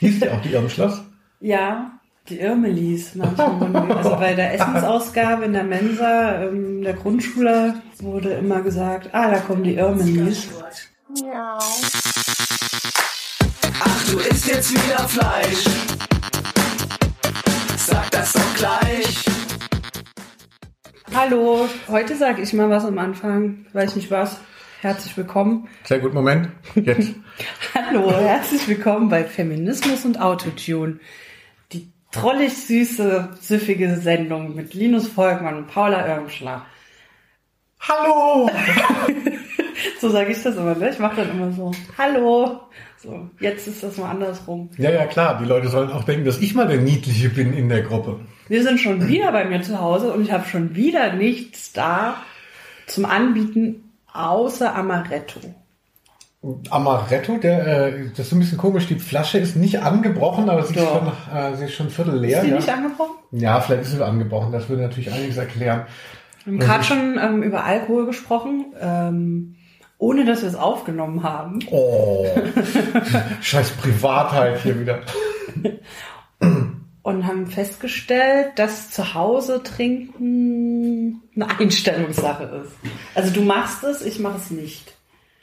Hieß die auch die Irmschloss? Ja, die Irmelis manchmal. Also bei der Essensausgabe in der Mensa der Grundschule wurde immer gesagt, da kommen die Irmelis. Ja. Ach, du isst jetzt wieder Fleisch. Sag das doch gleich. Hallo, heute sage ich mal was am Anfang. Weiß nicht was. Herzlich willkommen. Sehr gut, Moment. Jetzt. Hallo, herzlich willkommen bei Feminismus und Autotune. Die trollig süße, süffige Sendung mit Linus Volkmann und Paula Irmschler. Hallo! So sage ich das immer, ne? Ich mache dann immer so, hallo. So, jetzt ist das mal andersrum. Ja, klar. Die Leute sollen auch denken, dass ich mal der Niedliche bin in der Gruppe. Wir sind schon wieder bei mir zu Hause und ich habe schon wieder nichts da zum Anbieten, außer Amaretto. Amaretto, das ist ein bisschen komisch. Die Flasche ist nicht angebrochen, aber sie ist schon viertel leer. Ist die nicht angebrochen? Ja, vielleicht ist sie angebrochen. Das würde natürlich einiges erklären. Wir haben gerade schon über Alkohol gesprochen, ohne dass wir es aufgenommen haben. Oh, scheiß Privatheit hier wieder. Und haben festgestellt, dass zu Hause trinken eine Einstellungssache ist. Also du machst es, ich mache es nicht.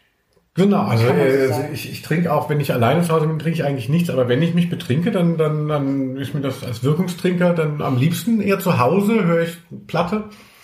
Genau, also ich trinke auch, wenn ich alleine zu Hause bin, trinke ich eigentlich nichts. Aber wenn ich mich betrinke, dann ist mir das als Wirkungstrinker dann am liebsten eher zu Hause, höre ich Platte.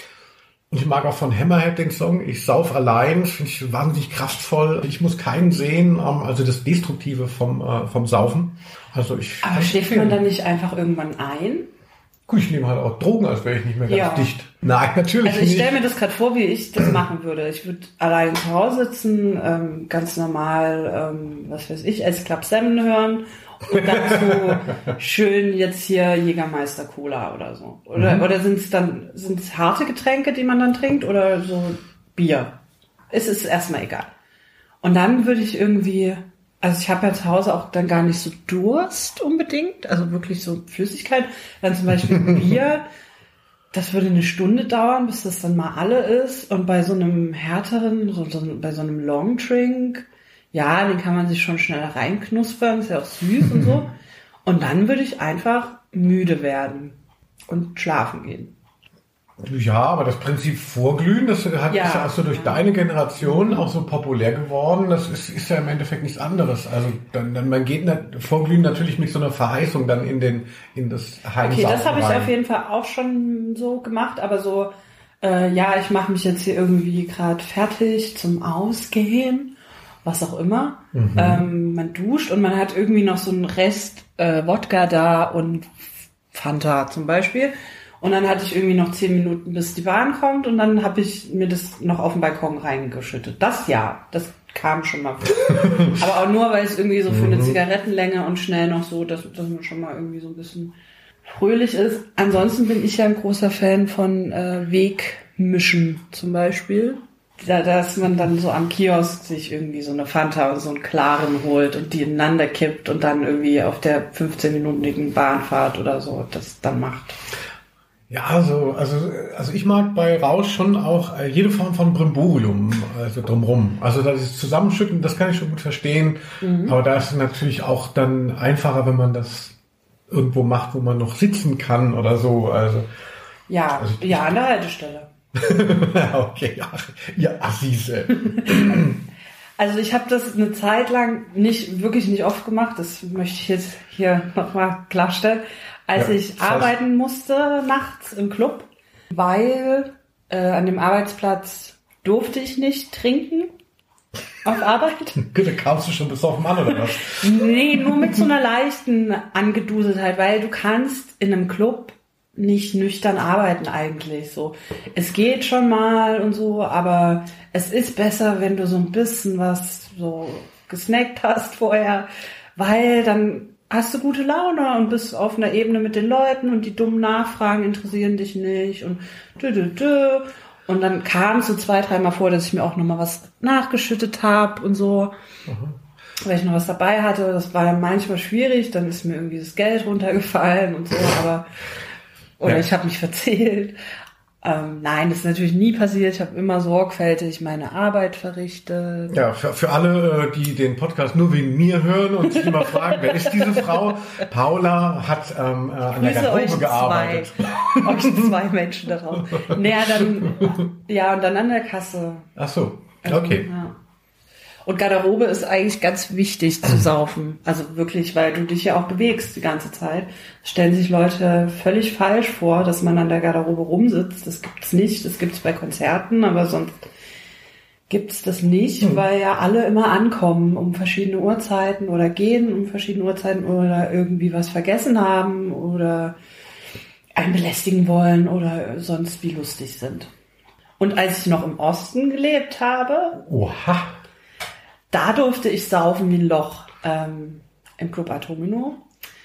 Und ich mag auch von Hammerhead den Song, ich sauf allein, finde ich wahnsinnig kraftvoll. Ich muss keinen sehen, also das Destruktive vom Saufen. Also aber schläft man dann nicht einfach irgendwann ein? Gut, ich nehme halt auch Drogen, als wäre ich nicht mehr ganz dicht. Nein, natürlich nicht. Also ich stelle mir das gerade vor, wie ich das machen würde. Ich würde allein zu Hause sitzen, ganz normal, was weiß ich, als Club 7 hören und dazu schön jetzt hier Jägermeister Cola oder so. Oder sind's harte Getränke, die man dann trinkt, oder so Bier? Es ist erstmal egal. Und dann würde ich irgendwie, also ich habe ja zu Hause auch dann gar nicht so Durst unbedingt, also wirklich so Flüssigkeit. Dann zum Beispiel Bier, das würde eine Stunde dauern, bis das dann mal alle ist. Und bei so einem härteren, bei so einem Longdrink, ja, den kann man sich schon schneller reinknuspern, ist ja auch süß und so. Und dann würde ich einfach müde werden und schlafen gehen. Ja, aber das Prinzip Vorglühen, das ist ja auch so durch deine Generation auch so populär geworden. Das ist ja im Endeffekt nichts anderes. Also man geht Vorglühen natürlich mit so einer Verheißung dann in das Heimsaufen. Okay, das habe ich auf jeden Fall auch schon so gemacht, aber so, ich mache mich jetzt hier irgendwie gerade fertig zum Ausgehen, was auch immer. Man duscht und man hat irgendwie noch so einen Rest Wodka da und Fanta zum Beispiel. Und dann hatte ich irgendwie noch 10 Minuten, bis die Bahn kommt, und dann habe ich mir das noch auf den Balkon reingeschüttet. Das kam schon mal vor. Aber auch nur, weil es irgendwie so für eine Zigarettenlänge und schnell noch so, dass man schon mal irgendwie so ein bisschen fröhlich ist. Ansonsten bin ich ja ein großer Fan von Wegmischen zum Beispiel. Dass man dann so am Kiosk sich irgendwie so eine Fanta und so einen klaren holt und die ineinander kippt und dann irgendwie auf der 15-minütigen Bahnfahrt oder so das dann macht. Ja, also ich mag bei Rausch schon auch jede Form von Brimborium, also drumrum. Also das Zusammenschütten, das kann ich schon gut verstehen. Aber da ist es natürlich auch dann einfacher, wenn man das irgendwo macht, wo man noch sitzen kann oder so. Also an der Haltestelle. Okay, ja, Assise. Also ich habe das eine Zeit lang wirklich nicht oft gemacht. Das möchte ich jetzt hier nochmal klarstellen. Als ich arbeiten musste nachts im Club, weil an dem Arbeitsplatz durfte ich nicht trinken auf Arbeit. Da kamst du schon besoffen an, oder was? Nee, nur mit so einer leichten Angeduseltheit, weil du kannst in einem Club nicht nüchtern arbeiten eigentlich so. Es geht schon mal und so, aber es ist besser, wenn du so ein bisschen was so gesnackt hast vorher, weil dann hast du gute Laune und bist auf einer Ebene mit den Leuten und die dummen Nachfragen interessieren dich nicht und Und dann kam es so 2-3 Mal vor, dass ich mir auch nochmal was nachgeschüttet habe und so. Weil ich noch was dabei hatte. Das war dann manchmal schwierig, dann ist mir irgendwie das Geld runtergefallen und so, aber ich habe mich verzählt. Nein, das ist natürlich nie passiert. Ich habe immer sorgfältig meine Arbeit verrichtet. Ja, für alle, die den Podcast nur wegen mir hören und sich immer fragen, wer ist diese Frau? Paula hat an der Garderobe gearbeitet. Euch 2 Menschen darauf. Naja, und dann an der Kasse. Ach so, okay. Ja. Und Garderobe ist eigentlich ganz wichtig zu saufen. Also wirklich, weil du dich ja auch bewegst die ganze Zeit. Stellen sich Leute völlig falsch vor, dass man an der Garderobe rumsitzt. Das gibt's nicht. Das gibt's bei Konzerten, aber sonst gibt's das nicht, weil ja alle immer ankommen um verschiedene Uhrzeiten oder gehen um verschiedene Uhrzeiten oder irgendwie was vergessen haben oder einen belästigen wollen oder sonst wie lustig sind. Und als ich noch im Osten gelebt habe... Oha! Da durfte ich saufen wie ein Loch im Club Atomino.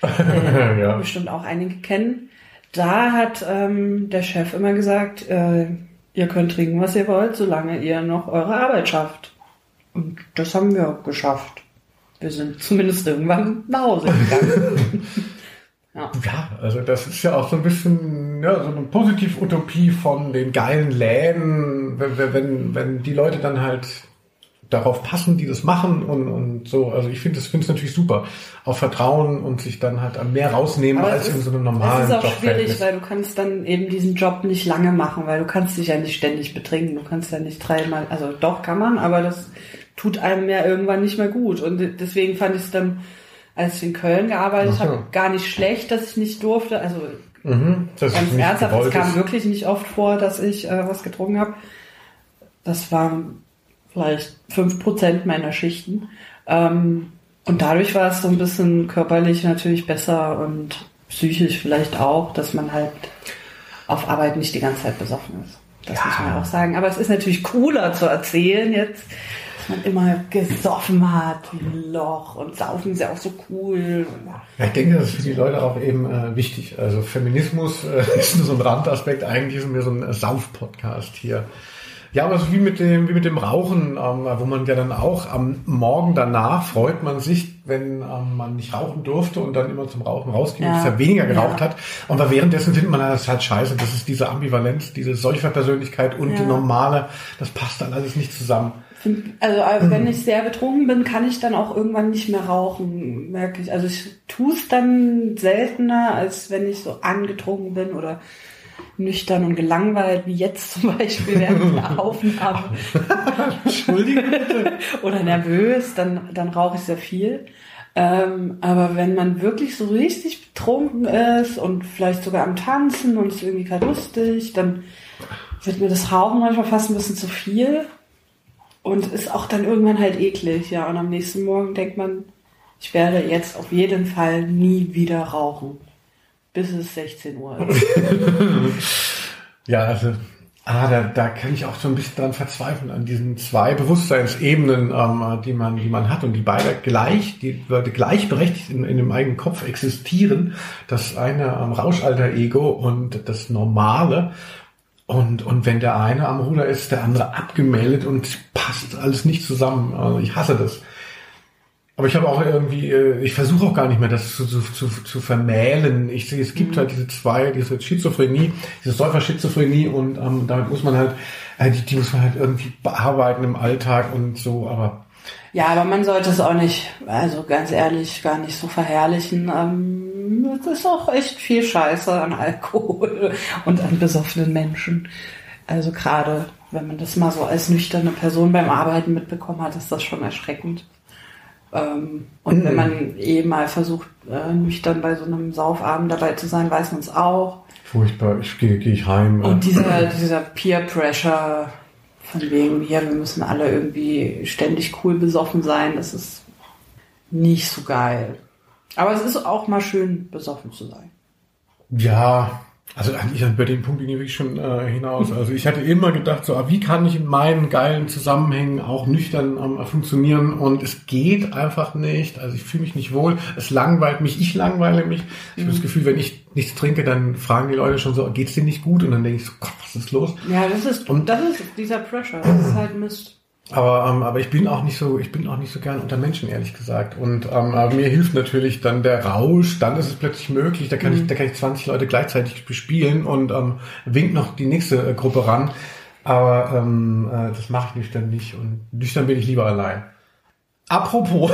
Ja. Bestimmt auch einige kennen. Da hat der Chef immer gesagt, ihr könnt trinken, was ihr wollt, solange ihr noch eure Arbeit schafft. Und das haben wir geschafft. Wir sind zumindest irgendwann nach Hause gegangen. Ja, also das ist ja auch so ein bisschen so eine positive Utopie von den geilen Läden, wenn die Leute dann halt darauf passen, die das machen und so. Also ich finde es natürlich super. Auf Vertrauen und sich dann halt mehr rausnehmen als in so einem normalen Job. Das ist auch schwierig, weil du kannst dann eben diesen Job nicht lange machen, weil du kannst dich ja nicht ständig betrinken. Du kannst ja nicht 3-mal, also doch kann man, aber das tut einem ja irgendwann nicht mehr gut. Und deswegen fand ich es dann, als ich in Köln gearbeitet habe, gar nicht schlecht, dass ich nicht durfte. Also das ganz ist ernsthaft, es kam wirklich nicht oft vor, dass ich was getrunken habe. Das war vielleicht 5% meiner Schichten. Und dadurch war es so ein bisschen körperlich natürlich besser und psychisch vielleicht auch, dass man halt auf Arbeit nicht die ganze Zeit besoffen ist. Das muss man auch sagen. Aber es ist natürlich cooler zu erzählen jetzt, dass man immer gesoffen hat wie ein Loch und Saufen ist ja auch so cool. Ja, ich denke, das ist für die Leute auch eben wichtig. Also Feminismus ist nur so ein Randaspekt. Eigentlich ist mir so ein Sauf-Podcast hier. Ja, aber so wie mit dem Rauchen, wo man ja dann auch am Morgen danach freut man sich, wenn man nicht rauchen durfte und dann immer zum Rauchen rausging und ja weniger geraucht hat. Aber währenddessen findet man das halt scheiße. Das ist diese Ambivalenz, diese Säuferpersönlichkeit und die normale, das passt dann alles nicht zusammen. Also wenn ich sehr betrunken bin, kann ich dann auch irgendwann nicht mehr rauchen, merke ich. Also ich tue es dann seltener, als wenn ich so angetrunken bin oder nüchtern und gelangweilt, wie jetzt zum Beispiel während der Aufnahme. Entschuldigung bitte. Oder nervös, dann rauche ich sehr viel. Aber wenn man wirklich so richtig betrunken ist und vielleicht sogar am Tanzen und ist irgendwie gerade lustig, dann wird mir das Rauchen manchmal fast ein bisschen zu viel und ist auch dann irgendwann halt eklig. Ja, und am nächsten Morgen denkt man, ich werde jetzt auf jeden Fall nie wieder rauchen. Bis es 16 Uhr ist. Ja, also da kann ich auch so ein bisschen dran verzweifeln, an diesen 2 Bewusstseinsebenen, die man hat und die beide gleichberechtigt in dem eigenen Kopf existieren. Das eine Rauschalter-Ego und das Normale. Und wenn der eine am Ruder ist, der andere abgemeldet und passt alles nicht zusammen. Also ich hasse das. Aber ich habe auch irgendwie, ich versuche auch gar nicht mehr, das zu vermählen. Ich sehe, es gibt halt diese Schizophrenie, diese Säufer-Schizophrenie und damit muss man halt, die muss man halt irgendwie bearbeiten im Alltag und so, aber... Ja, aber man sollte es auch nicht, also ganz ehrlich, gar nicht so verherrlichen. Es ist auch echt viel Scheiße an Alkohol und an besoffenen Menschen. Also gerade, wenn man das mal so als nüchterne Person beim Arbeiten mitbekommen hat, ist das schon erschreckend. Und wenn man mal versucht, nüchtern bei so einem Saufabend dabei zu sein, weiß man es auch. Furchtbar, gehe ich heim. Und dieser Peer Pressure von wegen, wir müssen alle irgendwie ständig cool besoffen sein, das ist nicht so geil. Aber es ist auch mal schön, besoffen zu sein. Ja, also eigentlich bei dem Punkt bin ich wirklich schon hinaus. Also ich hatte immer gedacht, so, wie kann ich in meinen geilen Zusammenhängen auch nüchtern funktionieren? Und es geht einfach nicht. Also ich fühle mich nicht wohl. Es langweilt mich. Ich langweile mich. Ich habe das Gefühl, wenn ich nichts trinke, dann fragen die Leute schon so, geht's dir nicht gut? Und dann denke ich so, Gott, was ist los? Ja, das ist dieser Pressure. Das ist halt Mist. Aber ich bin auch nicht so gern unter Menschen, ehrlich gesagt. Und aber mir hilft natürlich dann der Rausch, dann ist es plötzlich möglich, da kann ich 20 Leute gleichzeitig bespielen und winkt noch die nächste Gruppe ran. Aber das mache ich nüchtern nicht und nüchtern bin ich lieber allein. Apropos,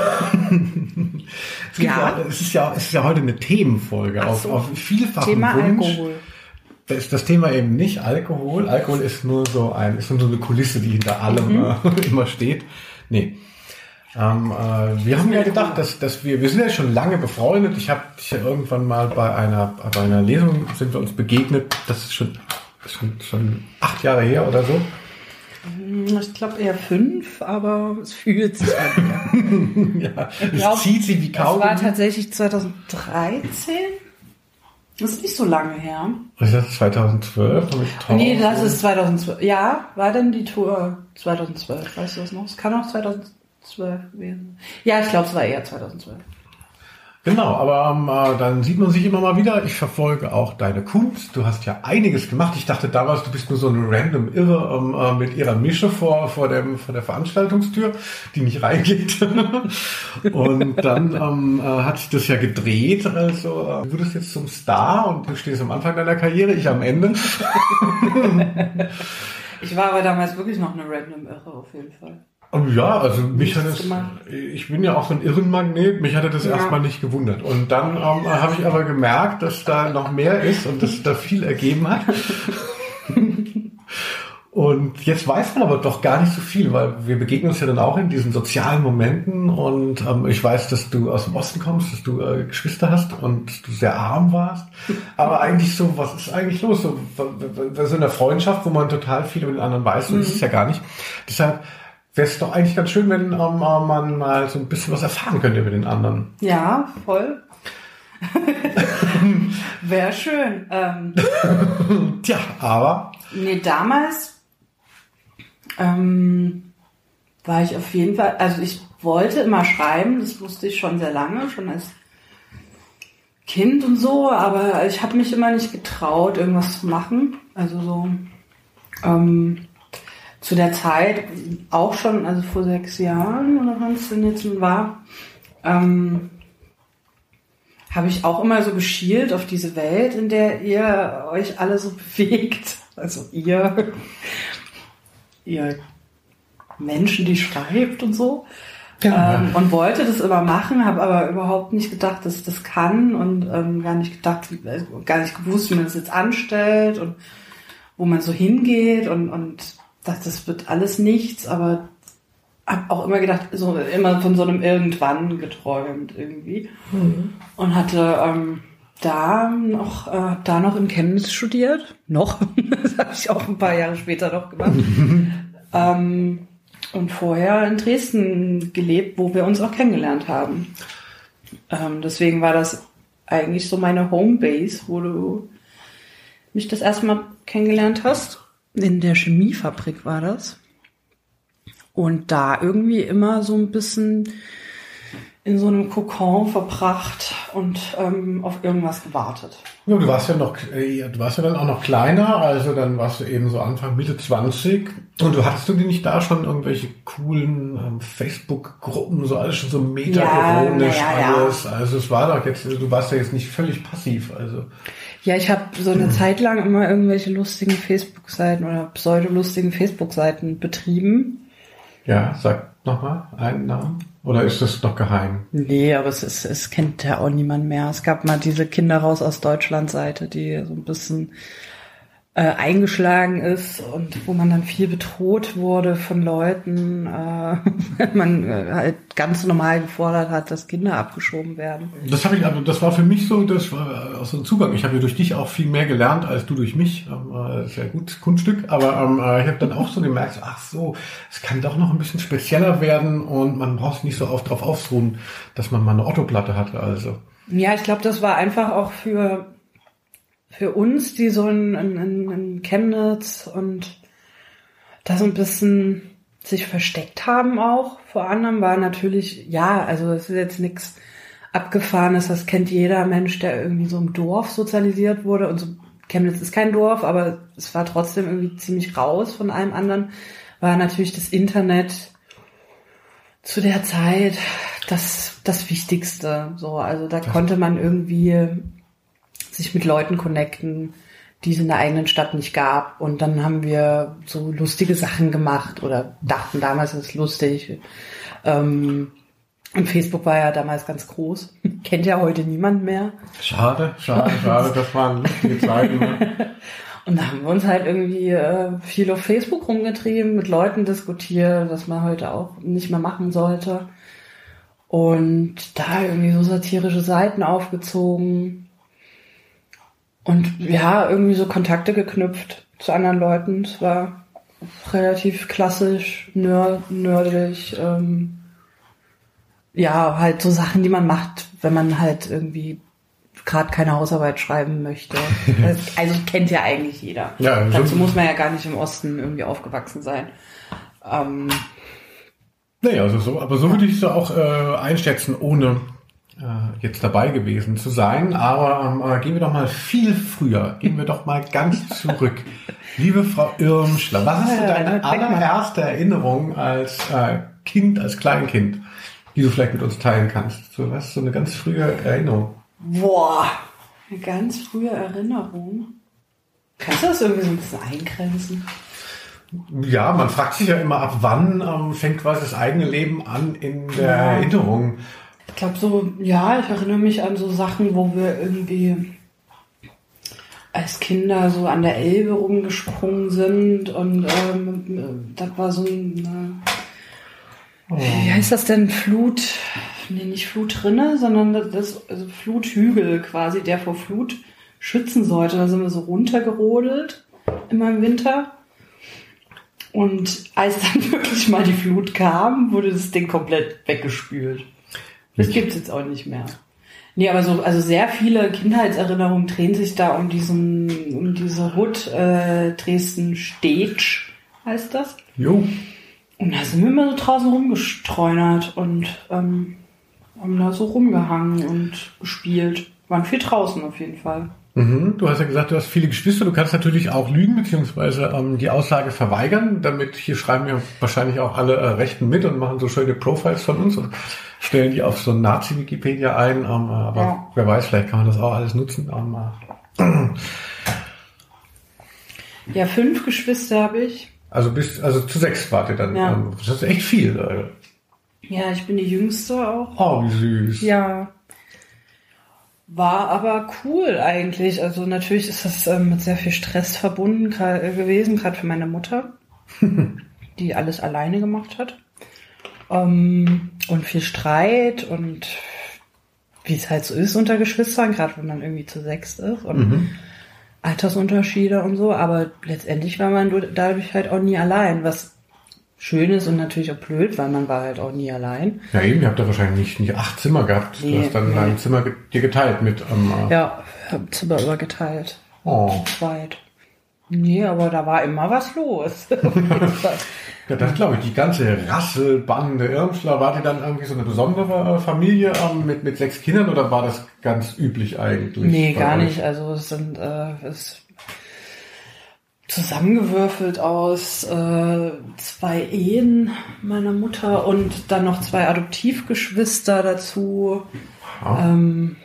es ist ja heute eine Themenfolge auf vielfachen Thema Wunsch. Alkohol. Da ist das Thema eben nicht Alkohol. Alkohol ist nur so eine Kulisse, die hinter allem immer steht. Nee. Wir haben ja gedacht, dass wir sind ja schon lange befreundet. Ich habe dich ja irgendwann mal bei einer Lesung sind wir uns begegnet. Das ist schon 8 Jahre her oder so. Ich glaube eher 5, aber es fühlt sich an. Ja, es zieht sich wie kaum. Das war tatsächlich 2013. Das ist nicht so lange her. Was ist das, 2012? Nee, das ist 2012. Ja, war denn die Tour 2012? Weißt du das noch? Es kann auch 2012 werden. Ja, ich glaube, es war eher 2012. Genau, aber dann sieht man sich immer mal wieder. Ich verfolge auch deine Kunst. Du hast ja einiges gemacht. Ich dachte damals, du bist nur so eine random Irre mit ihrer Mische vor der Veranstaltungstür, die nicht reingeht. Und dann hat sich das ja gedreht. Also du wurdest jetzt zum Star und du stehst am Anfang deiner Karriere, ich am Ende. Ich war aber damals wirklich noch eine random Irre auf jeden Fall. Ja, also ich bin ja auch so ein Irrenmagnet, mich hatte das erstmal nicht gewundert. Und dann habe ich aber gemerkt, dass da noch mehr ist und dass da viel ergeben hat. Und jetzt weiß man aber doch gar nicht so viel, weil wir begegnen uns ja dann auch in diesen sozialen Momenten und ich weiß, dass du aus dem Osten kommst, dass du Geschwister hast und du sehr arm warst. Aber eigentlich so, was ist eigentlich los? So in der Freundschaft, wo man total viel über den anderen weiß, so ist es ja gar nicht. Deshalb wäre es doch eigentlich ganz schön, wenn man mal so ein bisschen was erfahren könnte über den anderen. Ja, voll. Wäre schön. Tja, aber... Nee, damals war ich auf jeden Fall... Also ich wollte immer schreiben, das wusste ich schon sehr lange, schon als Kind und so, aber ich habe mich immer nicht getraut, irgendwas zu machen. Also so... zu der Zeit, auch schon, also vor 6 Jahren oder wann es denn jetzt war, habe ich auch immer so geschielt auf diese Welt, in der ihr euch alle so bewegt. Also ihr Menschen, die schreibt und so. Ja. Und wollte das immer machen, habe aber überhaupt nicht gedacht, dass ich das kann und gar nicht gewusst, wie man das jetzt anstellt und wo man so hingeht und dachte, das wird alles nichts, aber habe auch immer gedacht, so immer von so einem Irgendwann geträumt irgendwie. Und hatte da noch in Chemnitz studiert. Noch. Das habe ich auch ein paar Jahre später noch gemacht. Und vorher in Dresden gelebt, wo wir uns auch kennengelernt haben. Deswegen war das eigentlich so meine Homebase, wo du mich das erste Mal kennengelernt hast. In der Chemiefabrik war das. Und da irgendwie immer so ein bisschen in so einem Kokon verbracht und auf irgendwas gewartet. Ja, du warst ja dann auch noch kleiner, also dann warst du eben so Anfang, Mitte 20. Und hattest du dir nicht da schon irgendwelche coolen Facebook-Gruppen, so alles schon so meta-ironisch alles? Ja. Also es war doch jetzt, du warst ja jetzt nicht völlig passiv, also. Ja, ich habe so eine Zeit lang immer irgendwelche lustigen Facebook-Seiten oder pseudolustigen Facebook-Seiten betrieben. Ja, sag nochmal einen Namen. Oder ist das noch geheim? Nee, aber es kennt ja auch niemand mehr. Es gab mal diese Kinder raus aus Deutschland-Seite, die so ein bisschen eingeschlagen ist und wo man dann viel bedroht wurde von Leuten, wenn man halt ganz normal gefordert hat, dass Kinder abgeschoben werden. Das war für mich so, das war auch so ein Zugang. Ich habe ja durch dich auch viel mehr gelernt als du durch mich. Das ist ja gut, Kunststück. Aber ich habe dann auch so gemerkt, ach so, es kann doch noch ein bisschen spezieller werden und man braucht sich nicht so oft drauf ausruhen, dass man mal eine Otto-Platte hatte. Also. Ja, ich glaube, das war einfach auch für uns, die so in Chemnitz und da so ein bisschen sich versteckt haben auch. Vor anderem war natürlich, ja, also es ist jetzt nichts Abgefahrenes, das kennt jeder Mensch, der irgendwie so im Dorf sozialisiert wurde. Und so, Chemnitz ist kein Dorf, aber es war trotzdem irgendwie ziemlich raus von allem anderen, war natürlich das Internet zu der Zeit das Wichtigste. So, also da konnte man irgendwie sich mit Leuten connecten, die es in der eigenen Stadt nicht gab. Und dann haben wir so lustige Sachen gemacht oder dachten damals, das ist lustig. Und Facebook war ja damals ganz groß. Kennt ja heute niemand mehr. Schade. Das waren lustige Zeiten. Ne? Und da haben wir uns halt irgendwie viel auf Facebook rumgetrieben, mit Leuten diskutiert, was man heute auch nicht mehr machen sollte. Und da irgendwie so satirische Seiten aufgezogen. Und ja, irgendwie so Kontakte geknüpft zu anderen Leuten. Es war relativ klassisch, nerdig. Ja, halt so Sachen, die man macht, wenn man halt irgendwie gerade keine Hausarbeit schreiben möchte. Also kennt ja eigentlich jeder. Ja, dazu muss man ja gar nicht im Osten irgendwie aufgewachsen sein. Naja, also so, aber so würde ich es auch einschätzen, ohne jetzt dabei gewesen zu sein. Aber gehen wir doch mal viel früher. Gehen wir doch mal ganz zurück. Liebe Frau Irmschler, was ist so deine allererste Erinnerung als Kind, als Kleinkind, die du vielleicht mit uns teilen kannst? So, was ist so eine ganz frühe Erinnerung? Boah, eine ganz frühe Erinnerung. Kannst du das irgendwie so ein bisschen eingrenzen? Ja, man fragt sich ja immer, ab wann fängt quasi das eigene Leben an in der Erinnerung. Ich glaube so, ja, ich erinnere mich an so Sachen, wo wir irgendwie als Kinder so an der Elbe rumgesprungen sind und das war so ein, wie heißt das denn, nicht Flutrinne, sondern also Fluthügel quasi, der vor Flut schützen sollte. Da sind wir so runtergerodelt immer im Winter. Und als dann wirklich mal die Flut kam, wurde das Ding komplett weggespült. Das gibt's jetzt auch nicht mehr. Nee, aber so, also sehr viele Kindheitserinnerungen drehen sich da um diese Hut, Dresden Stetsch heißt das. Jo. Und da sind wir immer so draußen rumgestreunert und haben da so rumgehangen und gespielt. Waren viel draußen auf jeden Fall. Du hast ja gesagt, du hast viele Geschwister. Du kannst natürlich auch lügen, beziehungsweise die Aussage verweigern. Damit hier schreiben wir wahrscheinlich auch alle Rechten mit und machen so schöne Profiles von uns und stellen die auf so ein Nazi-Wikipedia ein. Aber wer weiß, vielleicht kann man das auch alles nutzen. Ja, 5 Geschwister habe ich. Also zu 6 wart ihr dann. Ja. Das ist echt viel. Ja, ich bin die Jüngste auch. Oh, wie süß. Ja. War aber cool eigentlich. Also natürlich ist das mit sehr viel Stress verbunden gewesen, gerade für meine Mutter, die alles alleine gemacht hat. Und viel Streit und wie es halt so ist unter Geschwistern, gerade wenn man irgendwie zu 6 ist und Altersunterschiede und so. Aber letztendlich war man dadurch halt auch nie allein, was schön ist und natürlich auch blöd, weil man war halt auch nie allein. Ja eben, ihr habt ja wahrscheinlich nicht 8 Zimmer gehabt. Du hast dann dein Zimmer dir geteilt mit... ja, ich habe Zimmer übergeteilt. Oh. Zweit. Nee, aber da war immer was los. Ja, das glaube ich. Die ganze Rasselbande Irmschler, war die dann irgendwie so eine besondere Familie mit 6 Kindern oder war das ganz üblich eigentlich? Nee, gar nicht. Also es sind... zusammengewürfelt aus 2 Ehen meiner Mutter und dann noch 2 Adoptivgeschwister dazu. Ja.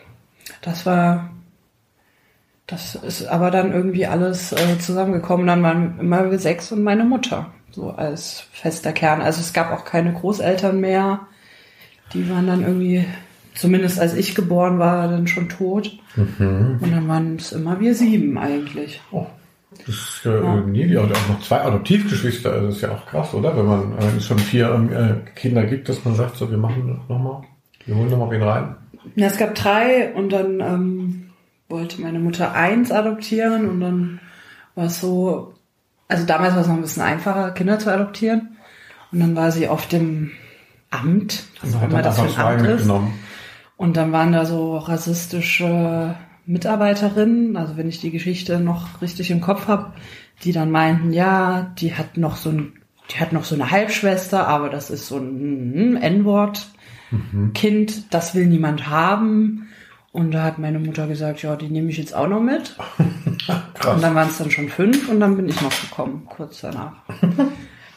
Das ist aber dann irgendwie alles zusammengekommen. Dann waren immer wir 6 und meine Mutter so als fester Kern. Also es gab auch keine Großeltern mehr. Die waren dann irgendwie, zumindest als ich geboren war, dann schon tot. Und dann waren es immer wir 7 eigentlich. Oh. Das ist ja nie, und auch noch 2 Adoptivgeschwister, das ist ja auch krass, oder? Wenn man schon 4 Kinder gibt, dass man sagt, so, wir holen nochmal wen rein. Ja, es gab 3 und dann wollte meine Mutter 1 adoptieren und dann war es so, also damals war es noch ein bisschen einfacher, Kinder zu adoptieren und dann war sie auf dem Amt, was auch immer das für ein Amt ist. Und dann waren da so rassistische Mitarbeiterinnen, also wenn ich die Geschichte noch richtig im Kopf habe, die dann meinten, ja, die hat noch so eine Halbschwester, aber das ist so ein N-Wort-Kind, das will niemand haben. Und da hat meine Mutter gesagt, ja, die nehme ich jetzt auch noch mit. Krass. Und dann waren es dann schon 5 und dann bin ich noch gekommen, kurz danach.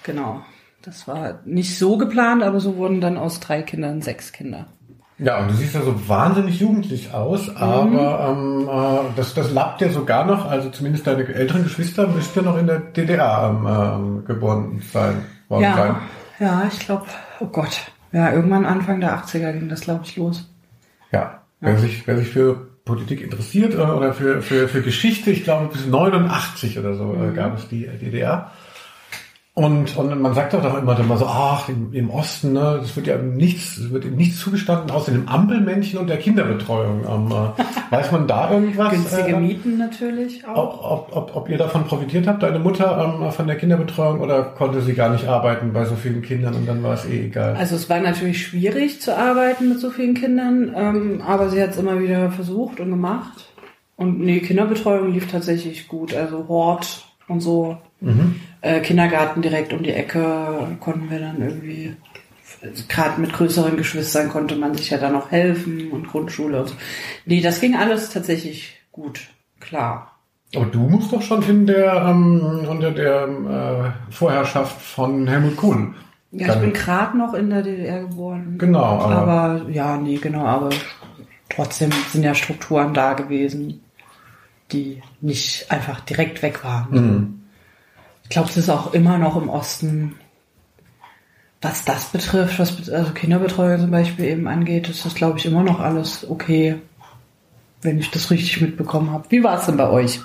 Genau. Das war nicht so geplant, aber so wurden dann aus 3 Kindern 6 Kinder. Ja, und du siehst ja so wahnsinnig jugendlich aus, aber das lappt ja sogar noch, also zumindest deine älteren Geschwister müssten ja noch in der DDR geboren sein. Ja, ich glaube, oh Gott, ja, irgendwann Anfang der 80er ging das, glaube ich, los. Ja, wer sich für Politik interessiert oder für Geschichte, ich glaube bis 89 oder so gab es die DDR. Und man sagt doch immer so, ach, im Osten, ne, es wird ihm nichts zugestanden, außer dem Ampelmännchen und der Kinderbetreuung. Weiß man da irgendwas? Günstige Mieten natürlich auch. Ob ihr davon profitiert habt, deine Mutter, von der Kinderbetreuung, oder konnte sie gar nicht arbeiten bei so vielen Kindern und dann war es egal? Also es war natürlich schwierig zu arbeiten mit so vielen Kindern, aber sie hat es immer wieder versucht und gemacht. Und nee, Kinderbetreuung lief tatsächlich gut, also Hort und so. Kindergarten direkt um die Ecke konnten wir dann irgendwie, gerade mit größeren Geschwistern konnte man sich ja dann noch helfen und Grundschule und so. Nee, das ging alles tatsächlich gut, klar. Aber du musst doch schon unter der Vorherrschaft von Helmut Kohl. Ja, ich bin gerade noch in der DDR geboren. Genau, aber trotzdem sind ja Strukturen da gewesen, die nicht einfach direkt weg waren. Mhm. Ich glaube, es ist auch immer noch im Osten, was das betrifft, also Kinderbetreuung zum Beispiel eben angeht, ist das, glaube ich, immer noch alles okay, wenn ich das richtig mitbekommen habe. Wie war es denn bei euch?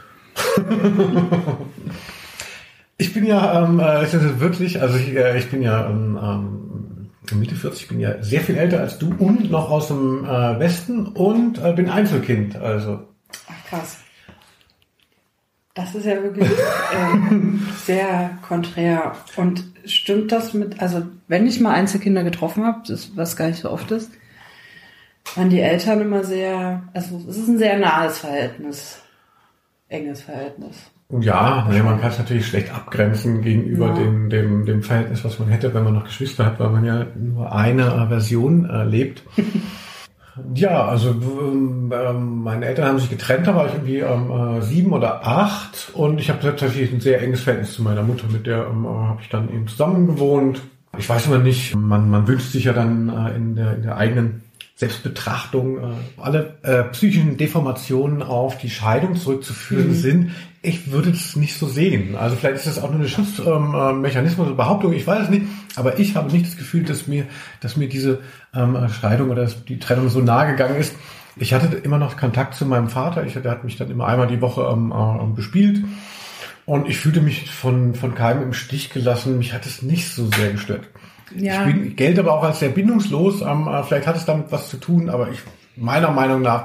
Ich bin ja ich bin ja Mitte 40, ich bin ja sehr viel älter als du und noch aus dem Westen und bin Einzelkind, also. Ach, krass. Das ist ja wirklich sehr konträr. Und stimmt das also wenn ich mal Einzelkinder getroffen habe, was gar nicht so oft ist, waren die Eltern immer sehr, also es ist ein sehr nahes Verhältnis, enges Verhältnis. Ja, man kann es natürlich schlecht abgrenzen gegenüber dem Verhältnis, was man hätte, wenn man noch Geschwister hat, weil man ja nur eine Version lebt. Ja, also meine Eltern haben sich getrennt, da war ich irgendwie 7 oder 8 und ich habe tatsächlich ein sehr enges Verhältnis zu meiner Mutter, mit der habe ich dann eben zusammen gewohnt. Ich weiß immer nicht, man wünscht sich ja dann in der eigenen Selbstbetrachtung alle psychischen Deformationen auf die Scheidung zurückzuführen sind. Ich würde es nicht so sehen. Also vielleicht ist das auch nur eine Schutzmechanismus oder Behauptung, ich weiß es nicht. Aber ich habe nicht das Gefühl, dass mir diese Scheidung oder die Trennung so nahe gegangen ist. Ich hatte immer noch Kontakt zu meinem Vater. Der hat mich dann immer einmal die Woche bespielt. Und ich fühlte mich von keinem im Stich gelassen. Mich hat es nicht so sehr gestört. Ja. Ich gelte aber auch als sehr bindungslos. Vielleicht hat es damit was zu tun, aber meiner Meinung nach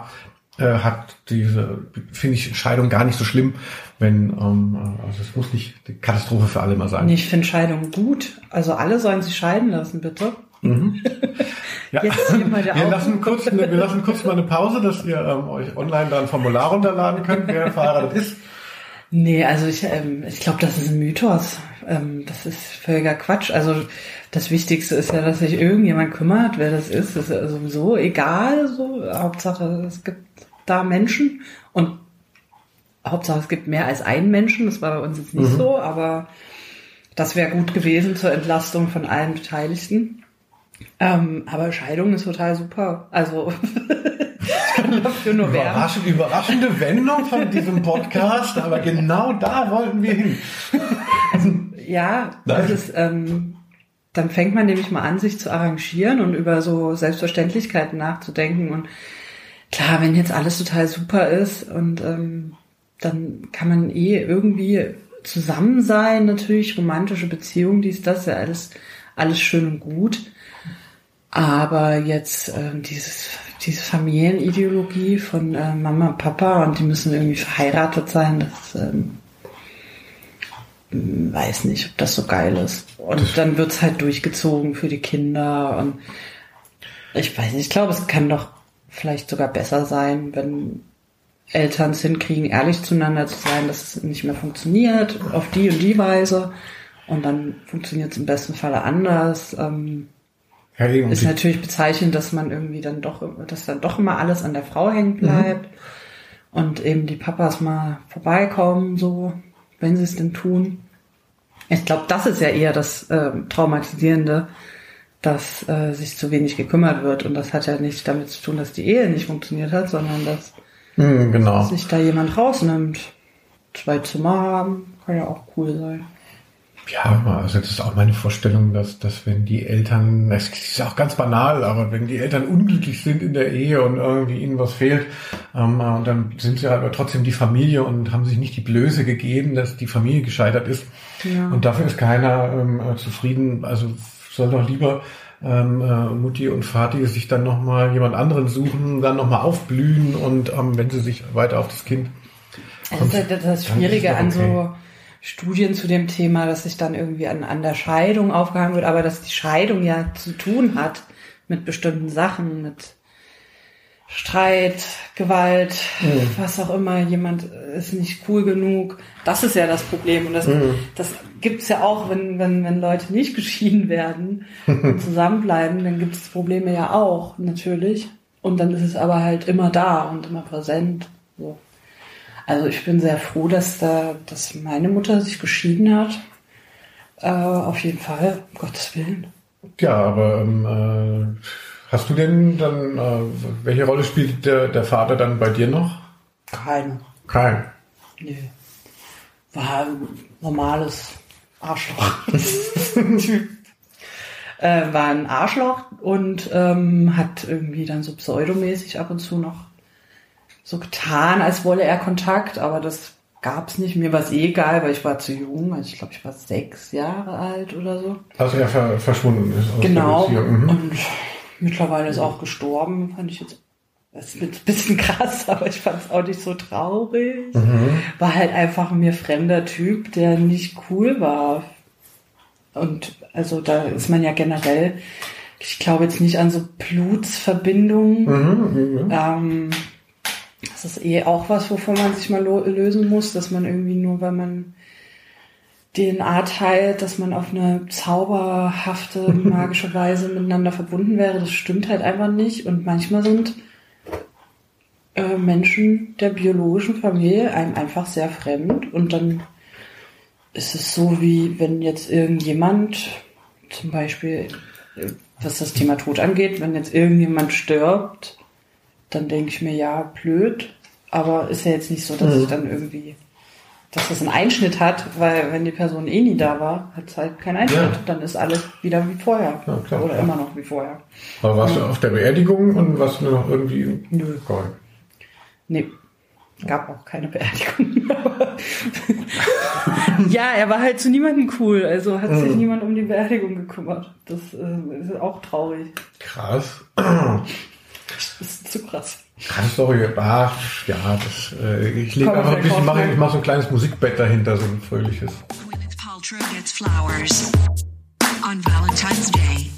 finde ich Scheidung gar nicht so schlimm, also es muss nicht die Katastrophe für alle mal sein. Ich finde Scheidung gut. Also alle sollen sich scheiden lassen, bitte. Mhm. Ja. Jetzt hier mal wir lassen kurz mal eine Pause, dass ihr euch online da ein Formular runterladen könnt, wer verheiratet ist. Nee, also ich glaube, das ist ein Mythos. Das ist völliger Quatsch. Also das Wichtigste ist ja, dass sich irgendjemand kümmert, wer das ist. Das ist ja sowieso egal. So Hauptsache, es gibt da Menschen und Hauptsache, es gibt mehr als einen Menschen. Das war bei uns jetzt nicht so, aber das wäre gut gewesen zur Entlastung von allen Beteiligten. Aber Scheidung ist total super. Also ich kann dafür nur werben. Überraschende Wendung von diesem Podcast, aber genau da wollten wir hin. Also ja, das ist, dann fängt man nämlich mal an, sich zu arrangieren und über so Selbstverständlichkeiten nachzudenken. Und klar, wenn jetzt alles total super ist und dann kann man irgendwie zusammen sein, natürlich romantische Beziehungen, das ja alles schön und gut. Aber jetzt diese Familienideologie von Mama und Papa und die müssen irgendwie verheiratet sein, das weiß nicht, ob das so geil ist. Und dann wird's halt durchgezogen für die Kinder und ich weiß nicht, ich glaube, es kann doch vielleicht sogar besser sein, wenn Eltern es hinkriegen, ehrlich zueinander zu sein, dass es nicht mehr funktioniert, auf die und die Weise. Und dann funktioniert es im besten Falle anders. Ist natürlich bezeichnend, dass man irgendwie dass dann doch immer alles an der Frau hängen bleibt. Und eben die Papas mal vorbeikommen, so, wenn sie es denn tun. Ich glaube, das ist ja eher das Traumatisierende, dass sich zu wenig gekümmert wird. Und das hat ja nicht damit zu tun, dass die Ehe nicht funktioniert hat, sondern dass sich da jemand rausnimmt. 2 Zimmer haben, kann ja auch cool sein. Ja, also das ist auch meine Vorstellung, dass wenn die Eltern, das ist auch ganz banal, aber wenn die Eltern unglücklich sind in der Ehe und irgendwie ihnen was fehlt, und dann sind sie halt trotzdem die Familie und haben sich nicht die Blöße gegeben, dass die Familie gescheitert ist. Ja. Und dafür ist keiner zufrieden. Also soll doch lieber Mutti und Vati sich dann nochmal jemand anderen suchen, dann nochmal aufblühen und wenn sie sich weiter auf das Kind... Das ist das Schwierige an so Studien zu dem Thema, dass sich dann irgendwie an der Scheidung aufgehangen wird, aber dass die Scheidung ja zu tun hat mit bestimmten Sachen, mit Streit, Gewalt, was auch immer, jemand ist nicht cool genug. Das ist ja das Problem. Und das gibt's ja auch, wenn Leute nicht geschieden werden und zusammenbleiben, dann gibt es Probleme ja auch, natürlich. Und dann ist es aber halt immer da und immer präsent. So. Also ich bin sehr froh, dass meine Mutter sich geschieden hat. Auf jeden Fall, um Gottes Willen. Ja, aber hast du denn dann, welche Rolle spielt der Vater dann bei dir noch? Keine. Nee. War ein normales Arschloch. War ein Arschloch und hat irgendwie dann so pseudomäßig ab und zu noch so getan, als wolle er Kontakt, aber das gab's nicht. Mir war es egal, weil ich war zu jung. Also ich glaube, ich war 6 Jahre alt oder so. Also er verschwunden ist aus genau. der Beziehung. Und mittlerweile ist auch gestorben. Fand ich jetzt das ist ein bisschen krass, aber ich fand es auch nicht so traurig. War halt einfach ein mir fremder Typ, der nicht cool war. Und also da ist man ja generell, ich glaube jetzt nicht an so Blutsverbindungen. Das ist auch was, wovon man sich mal lösen muss, dass man irgendwie nur, weil man DNA teilt, dass man auf eine zauberhafte, magische Weise miteinander verbunden wäre. Das stimmt halt einfach nicht. Und manchmal sind Menschen der biologischen Familie einem einfach sehr fremd. Und dann ist es so, wie wenn jetzt irgendjemand, zum Beispiel, was das Thema Tod angeht, wenn jetzt irgendjemand stirbt, dann denke ich mir, ja, blöd, aber ist ja jetzt nicht so, dass ich dann irgendwie, dass das einen Einschnitt hat, weil wenn die Person eh nie da war, hat es halt keinen Einschnitt, dann ist alles wieder wie vorher. Ja, klar, oder immer noch wie vorher. Aber warst du auf der Beerdigung und warst du noch irgendwie... Nö. Nee, gab auch keine Beerdigung. Ja, er war halt zu niemandem cool, also hat sich niemand um die Beerdigung gekümmert. Das ist auch traurig. Krass. Das ist zu krass. Krass, Story. Ich lege einfach ein bisschen, ich mache so ein kleines Musikbett dahinter, so ein fröhliches. Gwyneth Paltrow gets flowers on Valentine's Day.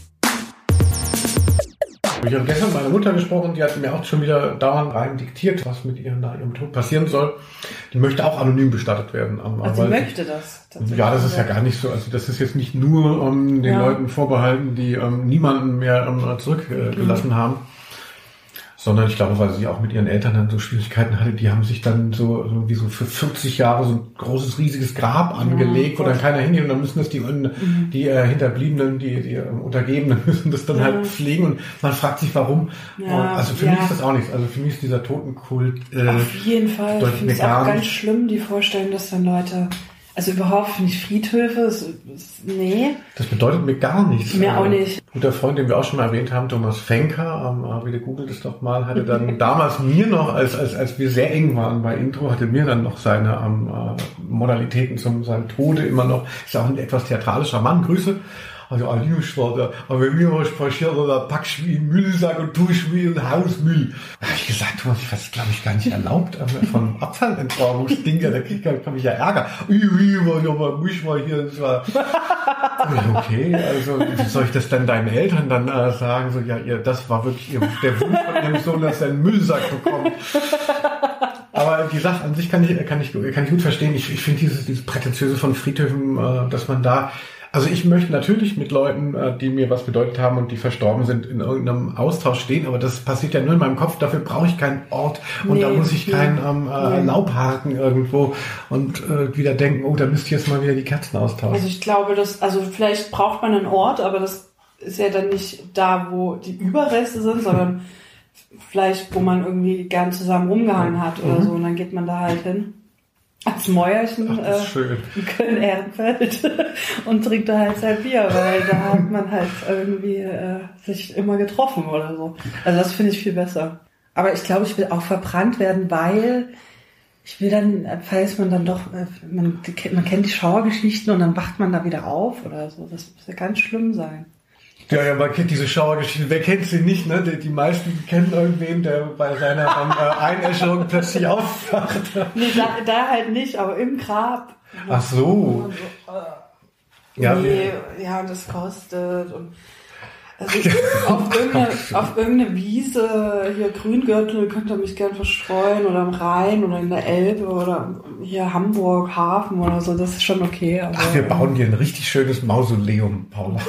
Ich habe gestern mit meiner Mutter gesprochen, die hat mir auch schon wieder dauernd rein diktiert, was mit ihrem Tod passieren soll. Die möchte auch anonym bestattet werden. Also sie möchte das? Ja, das ist ja gar nicht so. Also das ist jetzt nicht nur den Leuten vorbehalten, die niemanden mehr zurückgelassen haben. Sondern ich glaube, weil sie auch mit ihren Eltern dann so Schwierigkeiten hatte, die haben sich dann so für 40 Jahre so ein großes, riesiges Grab angelegt, wo dann keiner hingeht und dann müssen das die Hinterbliebenen, die Untergebenen müssen das dann halt pflegen und man fragt sich, warum. Ja, also für mich ist das auch nichts. Also für mich ist dieser Totenkult auf jeden Fall. Ich finde es auch ganz schlimm, die Vorstellung, dass dann Leute... Also überhaupt nicht Friedhöfe, nee. Das bedeutet mir gar nichts. Mir auch nicht. Ein guter Freund, den wir auch schon mal erwähnt haben, Thomas Fenker, wieder googelt es doch mal, hatte dann damals mir noch, als wir sehr eng waren bei Intro, hatte mir dann noch seine Modalitäten zu seinem Tode immer noch, ist auch ein etwas theatralischer Mann, Grüße. Also Schwager, aber wenn mir was passiert, dann packst du wie einen Müllsack und tust wie ein Hausmüll. Da habe ich gesagt, Thomas, ich weiß, glaube ich, gar nicht erlaubt von Abfallentsorgungsding, da kann ich ja Ärger. Muss mal hier. Das war okay, also wie soll ich das denn deinen Eltern dann sagen? So, ja, das war wirklich der Wunsch von ihrem Sohn, dass er einen Müllsack bekommt. Aber die Sache an sich kann ich gut verstehen. Ich finde dieses Prätentiöse von Friedhöfen, dass man da Also ich möchte natürlich mit Leuten, die mir was bedeutet haben und die verstorben sind, in irgendeinem Austausch stehen, aber das passiert ja nur in meinem Kopf. Dafür brauche ich keinen Ort und da muss ich keinen Laubhaken irgendwo und wieder denken, oh, da müsste ich jetzt mal wieder die Kerzen austauschen. Also ich glaube, vielleicht braucht man einen Ort, aber das ist ja dann nicht da, wo die Überreste sind, sondern vielleicht, wo man irgendwie gern zusammen rumgehangen hat oder so. Und dann geht man da halt hin. Als Mäuerchen in Köln-Ehrenfeld und trinkt da halt sein Bier, weil da hat man halt irgendwie sich immer getroffen oder so. Also das finde ich viel besser. Aber ich glaube, ich will auch verbrannt werden, weil ich will dann, falls man dann doch, man kennt die Schauergeschichten und dann wacht man da wieder auf oder so. Das muss ja ganz schlimm sein. Ja, man kennt diese Schauergeschichte. Wer kennt sie nicht, ne? Die meisten kennen irgendwen, der bei seiner Einäscherung plötzlich aufwacht. Nee, da halt nicht, aber im Grab. Ach so. Ja, das kostet. Und also auf irgendeine Wiese, hier Grüngürtel, könnt ihr mich gern verstreuen oder am Rhein oder in der Elbe oder hier Hamburg, Hafen oder so, das ist schon okay. Aber wir bauen dir ein richtig schönes Mausoleum, Paula.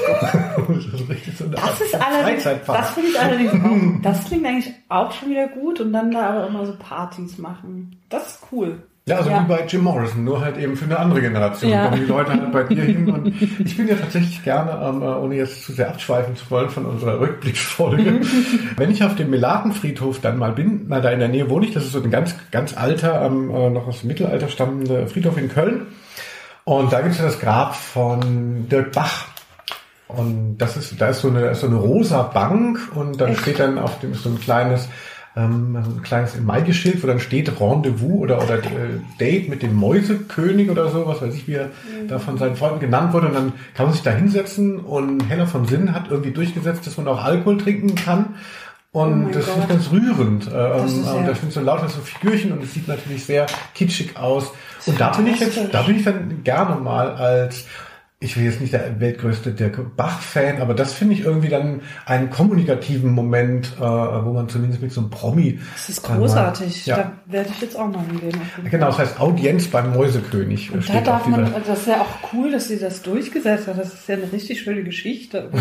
Das ist allerdings, das finde ich allerdings auch, das klingt eigentlich auch schon wieder gut und dann da aber immer so Partys machen. Das ist cool. Ja, also wie bei Jim Morrison, nur halt eben für eine andere Generation. Ja. Kommen die Leute halt bei dir hin und ich bin ja tatsächlich gerne, ohne jetzt zu sehr abschweifen zu wollen von unserer Rückblicksfolge, wenn ich auf dem Melatenfriedhof dann mal bin, da in der Nähe wohne ich, das ist so ein ganz, ganz alter, noch aus dem Mittelalter stammender Friedhof in Köln und da gibt es ja das Grab von Dirk Bach. Und da ist so eine rosa Bank und dann steht dann auf dem so ein kleines Emailgeschild, wo dann steht Rendezvous oder Date mit dem Mäusekönig oder so, was weiß ich, wie er da von seinen Freunden genannt wurde. Und dann kann man sich da hinsetzen und Hella von Sinnen hat irgendwie durchgesetzt, dass man auch Alkohol trinken kann. Und das finde ich ganz rührend. Und da sind so lauter so Figürchen und es sieht natürlich sehr kitschig aus. Und da bin ich dann gerne mal als, ich will jetzt nicht der weltgrößte Dirk Bach-Fan, aber das finde ich irgendwie dann einen kommunikativen Moment, wo man zumindest mit so einem Promi... Das ist großartig. Da werde ich jetzt auch mal hingehen. Genau, das heißt Audienz beim Mäusekönig. Und da darf man, das ist ja auch cool, dass sie das durchgesetzt hat. Das ist ja eine richtig schöne Geschichte.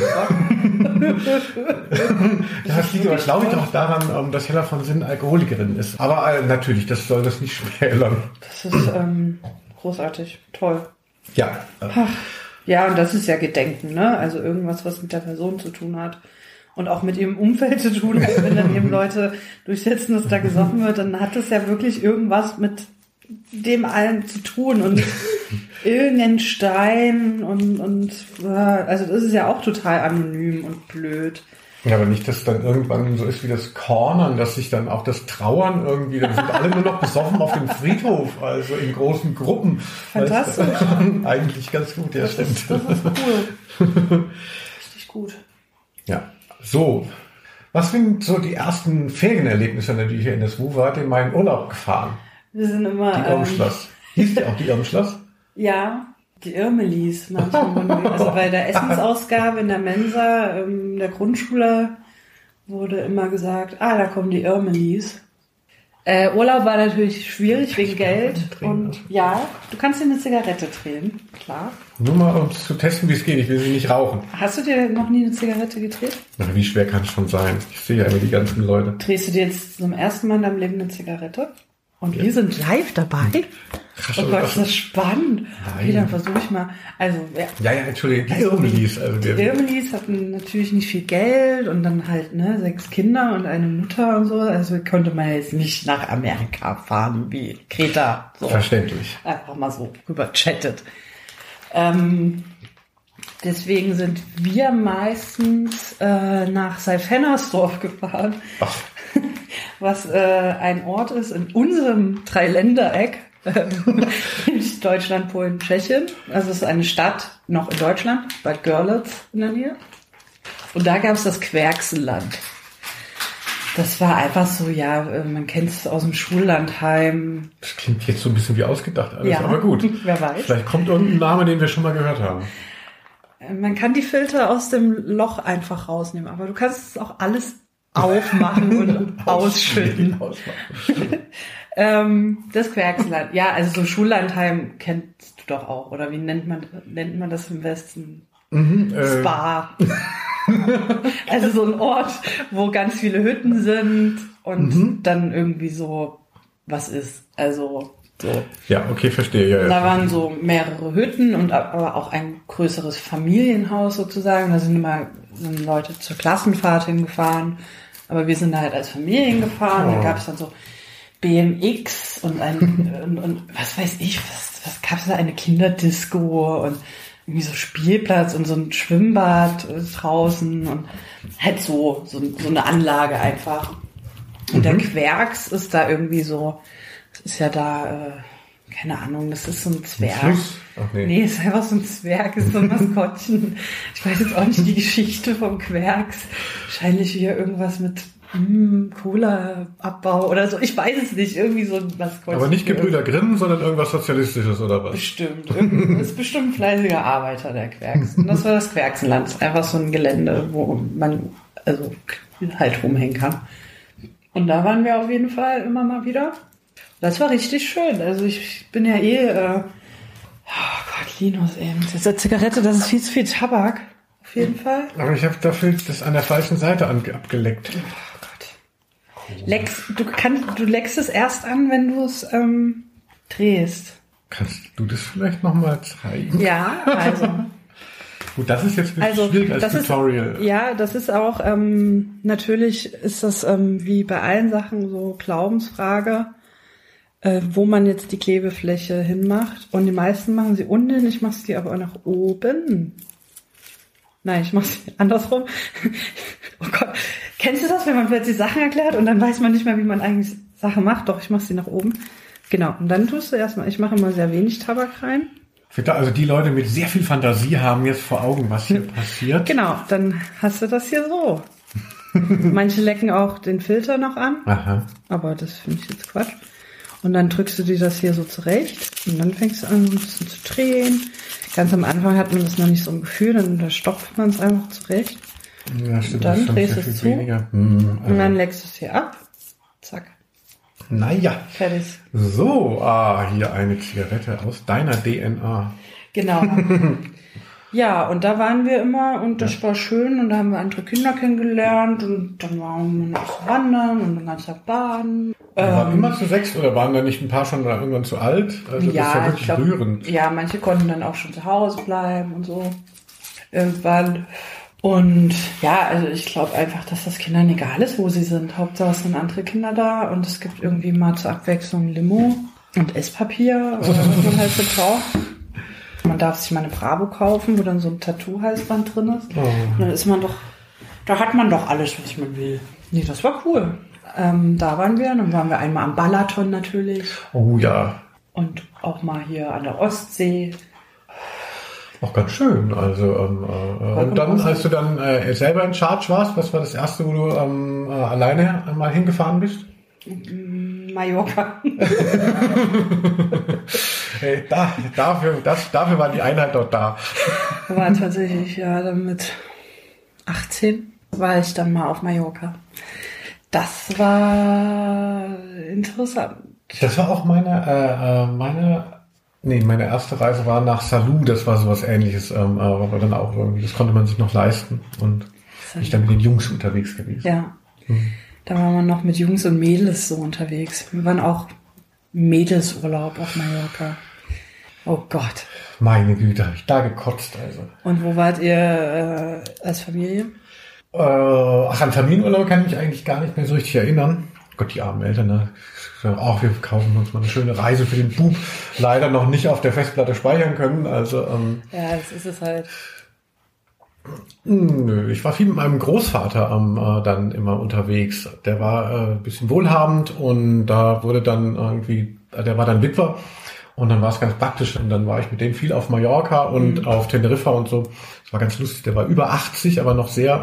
Das liegt aber, glaube ich, auch daran, dass Hella von Sinnen Alkoholikerin ist. Aber natürlich, das soll das nicht schmälern. Das ist großartig. Toll. Ja. Ja, und das ist ja Gedenken, ne? Also irgendwas, was mit der Person zu tun hat und auch mit ihrem Umfeld zu tun hat. Wenn dann eben Leute durchsetzen, dass da gesoffen wird, dann hat das ja wirklich irgendwas mit dem allen zu tun und irgendein Stein und also das ist ja auch total anonym und blöd. Ja, aber nicht, dass dann irgendwann so ist wie das Cornern, dass sich dann auch das Trauern irgendwie, dann sind alle nur noch besoffen auf dem Friedhof, also in großen Gruppen. Fantastisch. Eigentlich ganz gut, ja, stimmt. Das ist cool. Richtig gut. Ja, so. Was sind so die ersten Ferienerlebnisse, die du hier erinnerst? Wo wart ihr in meinen Urlaub gefahren? Wir sind immer... Die Irmschloss. Hieß die auch die Irmschloss? Ja. Die Irmelis manchmal. Also bei der Essensausgabe in der Mensa der Grundschule wurde immer gesagt, da kommen die Irmelis. Urlaub war natürlich schwierig wegen Geld. Und ja, du kannst dir eine Zigarette drehen, klar. Nur mal, um zu testen, wie es geht. Ich will sie nicht rauchen. Hast du dir noch nie eine Zigarette gedreht? Na, wie schwer kann es schon sein? Ich sehe ja immer die ganzen Leute. Drehst du dir jetzt zum ersten Mal in deinem Leben eine Zigarette? Und wir sind live dabei. Oh Gott, ist das spannend. Okay, dann versuche ich mal. Also, ja, Entschuldigung, die Irmelis. Die Irmelis hatten natürlich nicht viel Geld und dann halt 6 Kinder und eine Mutter und so. Also konnte man jetzt nicht nach Amerika fahren wie Kreta. So. Verständlich. Einfach mal so rüber chattet. Deswegen sind wir meistens nach Seyfennersdorf gefahren. Ach. Was ein Ort ist in unserem Dreiländereck, nämlich Deutschland, Polen, Tschechien. Also es ist eine Stadt noch in Deutschland, Bad Görlitz in der Nähe. Und da gab es das Querksenland. Das war einfach so, man kennt es aus dem Schullandheim. Das klingt jetzt so ein bisschen wie ausgedacht alles, ja, aber gut. Wer weiß. Vielleicht kommt irgendein Name, den wir schon mal gehört haben. Man kann die Filter aus dem Loch einfach rausnehmen, aber du kannst es auch alles aufmachen und ausschütten. Das Querxland. Ja, also so Schullandheim kennst du doch auch. Oder wie nennt man das im Westen? Spa. Also so ein Ort, wo ganz viele Hütten sind und dann irgendwie so was ist. Also so. Ja, okay, verstehe. Ja, da waren so mehrere Hütten und aber auch ein größeres Familienhaus sozusagen. Da sind Leute zur Klassenfahrt hingefahren. Aber wir sind da halt als Familien gefahren. Da gab es dann so BMX und und was weiß ich, was gab es da? Eine Kinderdisco und irgendwie so Spielplatz und so ein Schwimmbad draußen und halt so eine Anlage einfach. Und der Querx ist da irgendwie so, das ist ja da, keine Ahnung, das ist so ein Zwerg. Ach, nee, ist einfach so ein Zwerg, ist so ein Maskottchen. Ich weiß jetzt auch nicht die Geschichte vom Querx. Wahrscheinlich wieder irgendwas mit Cola-Abbau oder so. Ich weiß es nicht, irgendwie so ein Maskottchen. Aber nicht Gebrüder Grimm, sondern irgendwas Sozialistisches oder was? Bestimmt. Ist bestimmt ein fleißiger Arbeiter, der Querx. Und das war das Querxenland. Das ist einfach so ein Gelände, wo man also halt rumhängen kann. Und da waren wir auf jeden Fall immer mal wieder. Das war richtig schön. Also ich bin ja oh Gott, Linus eben. Das ist eine Zigarette, das ist viel zu viel Tabak. Auf jeden Fall. Aber ich habe dafür das an der falschen Seite abgeleckt. Oh Gott. Du leckst es erst an, wenn du es drehst. Kannst du das vielleicht nochmal zeigen? Ja, also. Gut, das ist jetzt ein bisschen schwierig als Tutorial. Das ist auch, natürlich ist das wie bei allen Sachen so Glaubensfrage, wo man jetzt die Klebefläche hinmacht. Und die meisten machen sie unten, ich mache sie aber auch nach oben. Nein, ich mache sie andersrum. Oh Gott, kennst du das, wenn man plötzlich Sachen erklärt und dann weiß man nicht mehr, wie man eigentlich Sachen macht? Doch, ich mache sie nach oben. Genau, und dann tust du erstmal, ich mache immer sehr wenig Tabak rein. Also die Leute mit sehr viel Fantasie haben jetzt vor Augen, was hier passiert. Genau, dann hast du das hier so. Manche lecken auch den Filter noch an. Aha. Aber das finde ich jetzt Quatsch. Und dann drückst du dir das hier so zurecht und dann fängst du an, ein bisschen zu drehen. Ganz am Anfang hat man das noch nicht so ein Gefühl, dann stopft man es einfach zurecht. Ja, stimmt. Und dann drehst du es zu und dann leckst du es hier ab. Zack. Naja. Fertig. So, hier eine Zigarette aus deiner DNA. Genau. Ja, und da waren wir immer und das war schön und da haben wir andere Kinder kennengelernt und dann waren wir noch wandern und den ganzen Tag baden. Waren immer zu 6 oder waren da nicht ein paar schon irgendwann zu alt? Also ja, das ist ja wirklich rührend. Ja, manche konnten dann auch schon zu Hause bleiben und so. Irgendwann. Und ja, also ich glaube einfach, dass das Kindern egal ist, wo sie sind. Hauptsache es sind andere Kinder da und es gibt irgendwie mal zur Abwechslung Limo und Esspapier oder was man halt so braucht. Man darf sich mal eine Bravo kaufen, wo dann so ein Tattoo-Halsband drin ist. Oh. Und dann ist man doch, da hat man doch alles, was man will. Nee, das war cool. Da waren wir, dann waren wir einmal am Balaton natürlich. Oh ja. Und auch mal hier an der Ostsee. Auch ganz schön. Also und dann, als du dann selber in Charge warst, was war das erste, wo du alleine mal hingefahren bist? Mallorca. Hey, dafür war die Einheit doch da. War tatsächlich, ja, dann mit 18 war ich dann mal auf Mallorca. Das war interessant. Das war auch meine erste Reise war nach Salou, das war sowas Ähnliches, aber dann auch irgendwie, das konnte man sich noch leisten und ich dann mit den Jungs unterwegs gewesen. Ja, da war man noch mit Jungs und Mädels so unterwegs. Wir waren auch Mädelsurlaub auf Mallorca. Oh Gott. Meine Güte, habe ich da gekotzt, also. Und wo wart ihr als Familie? An Familienurlaub kann ich mich eigentlich gar nicht mehr so richtig erinnern. Gott, die armen Eltern, ne? Auch wir kaufen uns mal eine schöne Reise für den Bub. Leider noch nicht auf der Festplatte speichern können. Also ja, das ist es halt. Nö, ich war viel mit meinem Großvater dann immer unterwegs. Der war ein bisschen wohlhabend und da wurde dann irgendwie, der war dann Witwer und dann war es ganz praktisch und dann war ich mit dem viel auf Mallorca und auf Teneriffa und so. Das war ganz lustig. Der war über 80, aber noch sehr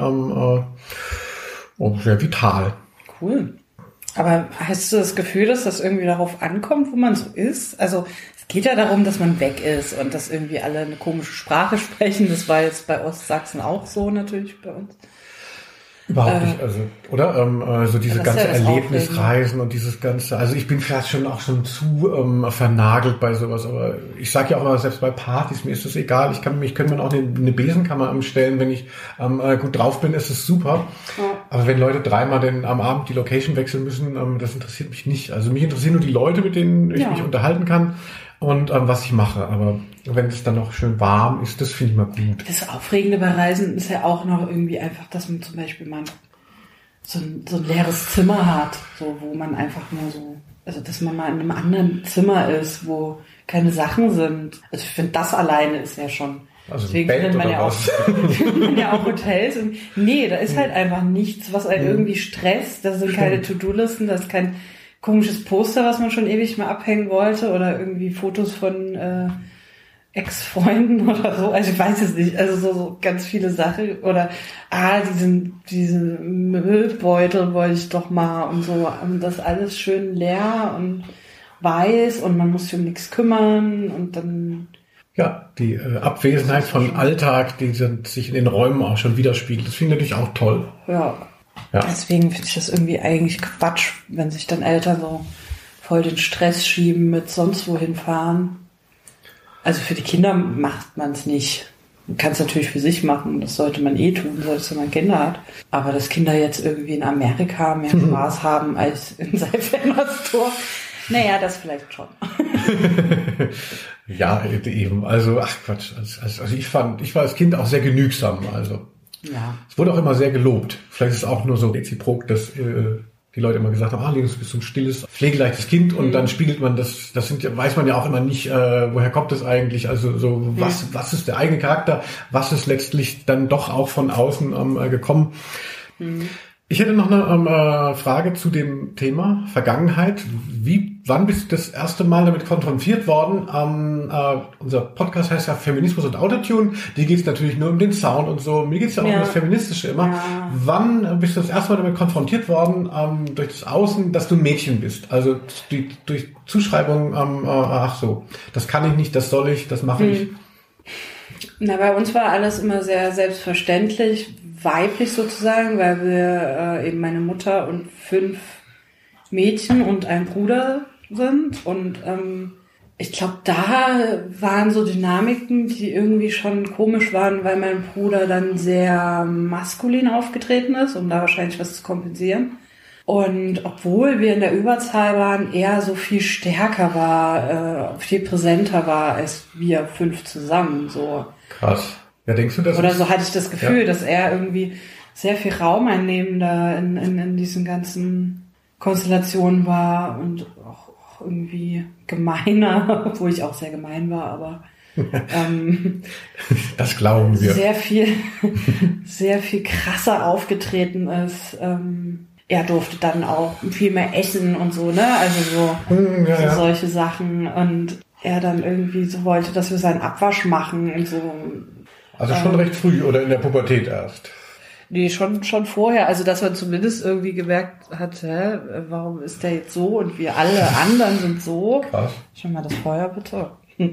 sehr vital. Cool. Aber hast du das Gefühl, dass das irgendwie darauf ankommt, wo man so ist? Also es geht ja darum, dass man weg ist und dass irgendwie alle eine komische Sprache sprechen. Das war jetzt bei Ostsachsen auch so natürlich bei uns. Überhaupt nicht, also, oder? So diese das ist ganze ja das Erlebnisreisen und dieses ganze, also ich bin vielleicht schon zu vernagelt bei sowas, aber ich sage ja auch immer, selbst bei Partys, mir ist das egal, ich könnte mir auch eine Besenkammer stellen, wenn ich gut drauf bin, ist es super. Ja. Aber wenn Leute dreimal am Abend die Location wechseln müssen, das interessiert mich nicht. Also mich interessieren nur die Leute, mit denen ich mich unterhalten kann. Und was ich mache, aber wenn es dann noch schön warm ist, das finde ich mal gut. Das Aufregende bei Reisen ist ja auch noch irgendwie einfach, dass man zum Beispiel mal so ein leeres Zimmer hat, so wo man einfach nur so, also dass man mal in einem anderen Zimmer ist, wo keine Sachen sind. Also ich finde, das alleine ist ja schon. Also deswegen findet man ja auch Hotels. Und, nee, da ist halt einfach nichts, was einen irgendwie stresst. Da sind keine To-Do-Listen, da ist kein komisches Poster, was man schon ewig mal abhängen wollte oder irgendwie Fotos von Ex-Freunden oder so. Also ich weiß es nicht. Also so ganz viele Sachen oder diesen Müllbeutel wollte ich doch mal und so. Und das alles schön leer und weiß und man muss sich um nichts kümmern und dann... Ja, die Abwesenheit von Alltag, die sich in den Räumen auch schon widerspiegelt. Das finde ich natürlich auch toll. Ja. Deswegen finde ich das irgendwie eigentlich Quatsch, wenn sich dann Eltern so voll den Stress schieben mit sonst wohin fahren. Also für die Kinder macht man es nicht. Man kann es natürlich für sich machen, das sollte man tun, selbst wenn man Kinder hat. Aber dass Kinder jetzt irgendwie in Amerika mehr Spaß haben als in Seifernersdorf, naja, das vielleicht schon. Ja, eben. Also, ach Quatsch. Also ich war als Kind auch sehr genügsam. Also ja. Es wurde auch immer sehr gelobt. Vielleicht ist es auch nur so reziprok, dass die Leute immer gesagt haben, Linus, du bist so ein stilles, pflegeleichtes Kind und dann spiegelt man das weiß man ja auch immer nicht, woher kommt das eigentlich, also so was ist der eigene Charakter, was ist letztlich dann doch auch von außen gekommen. Ich hätte noch eine Frage zu dem Thema Vergangenheit. Wann bist du das erste Mal damit konfrontiert worden? Unser Podcast heißt ja Feminismus und Autotune. Dir geht es natürlich nur um den Sound und so. Mir geht es ja auch um das Feministische immer. Ja. Wann bist du das erste Mal damit konfrontiert worden, durch das Außen, dass du ein Mädchen bist? Also durch Zuschreibung, das kann ich nicht, das soll ich, das mache ich. Na, bei uns war alles immer sehr selbstverständlich, weiblich sozusagen, weil wir eben meine Mutter und 5 Mädchen und ein Bruder sind und ich glaube, da waren so Dynamiken, die irgendwie schon komisch waren, weil mein Bruder dann sehr maskulin aufgetreten ist, um da wahrscheinlich was zu kompensieren. Und obwohl wir in der Überzahl waren, er so viel stärker war, viel präsenter war als wir 5 zusammen. So. Krass. Ja, denkst du das? Oder so hatte ich das Gefühl, dass er irgendwie sehr viel raumeinnehmender in diesen ganzen Konstellationen war und auch irgendwie gemeiner, obwohl ich auch sehr gemein war, aber das glauben wir. Sehr viel krasser aufgetreten ist. Er durfte dann auch viel mehr essen und so, ne? Also so solche Sachen. Und er dann irgendwie so wollte, dass wir seinen Abwasch machen und so. Also schon recht früh oder in der Pubertät erst? Nee, schon vorher. Also dass man zumindest irgendwie gemerkt hat, warum ist der jetzt so und wir alle anderen sind so. Krass. Schau mal das Feuer bitte.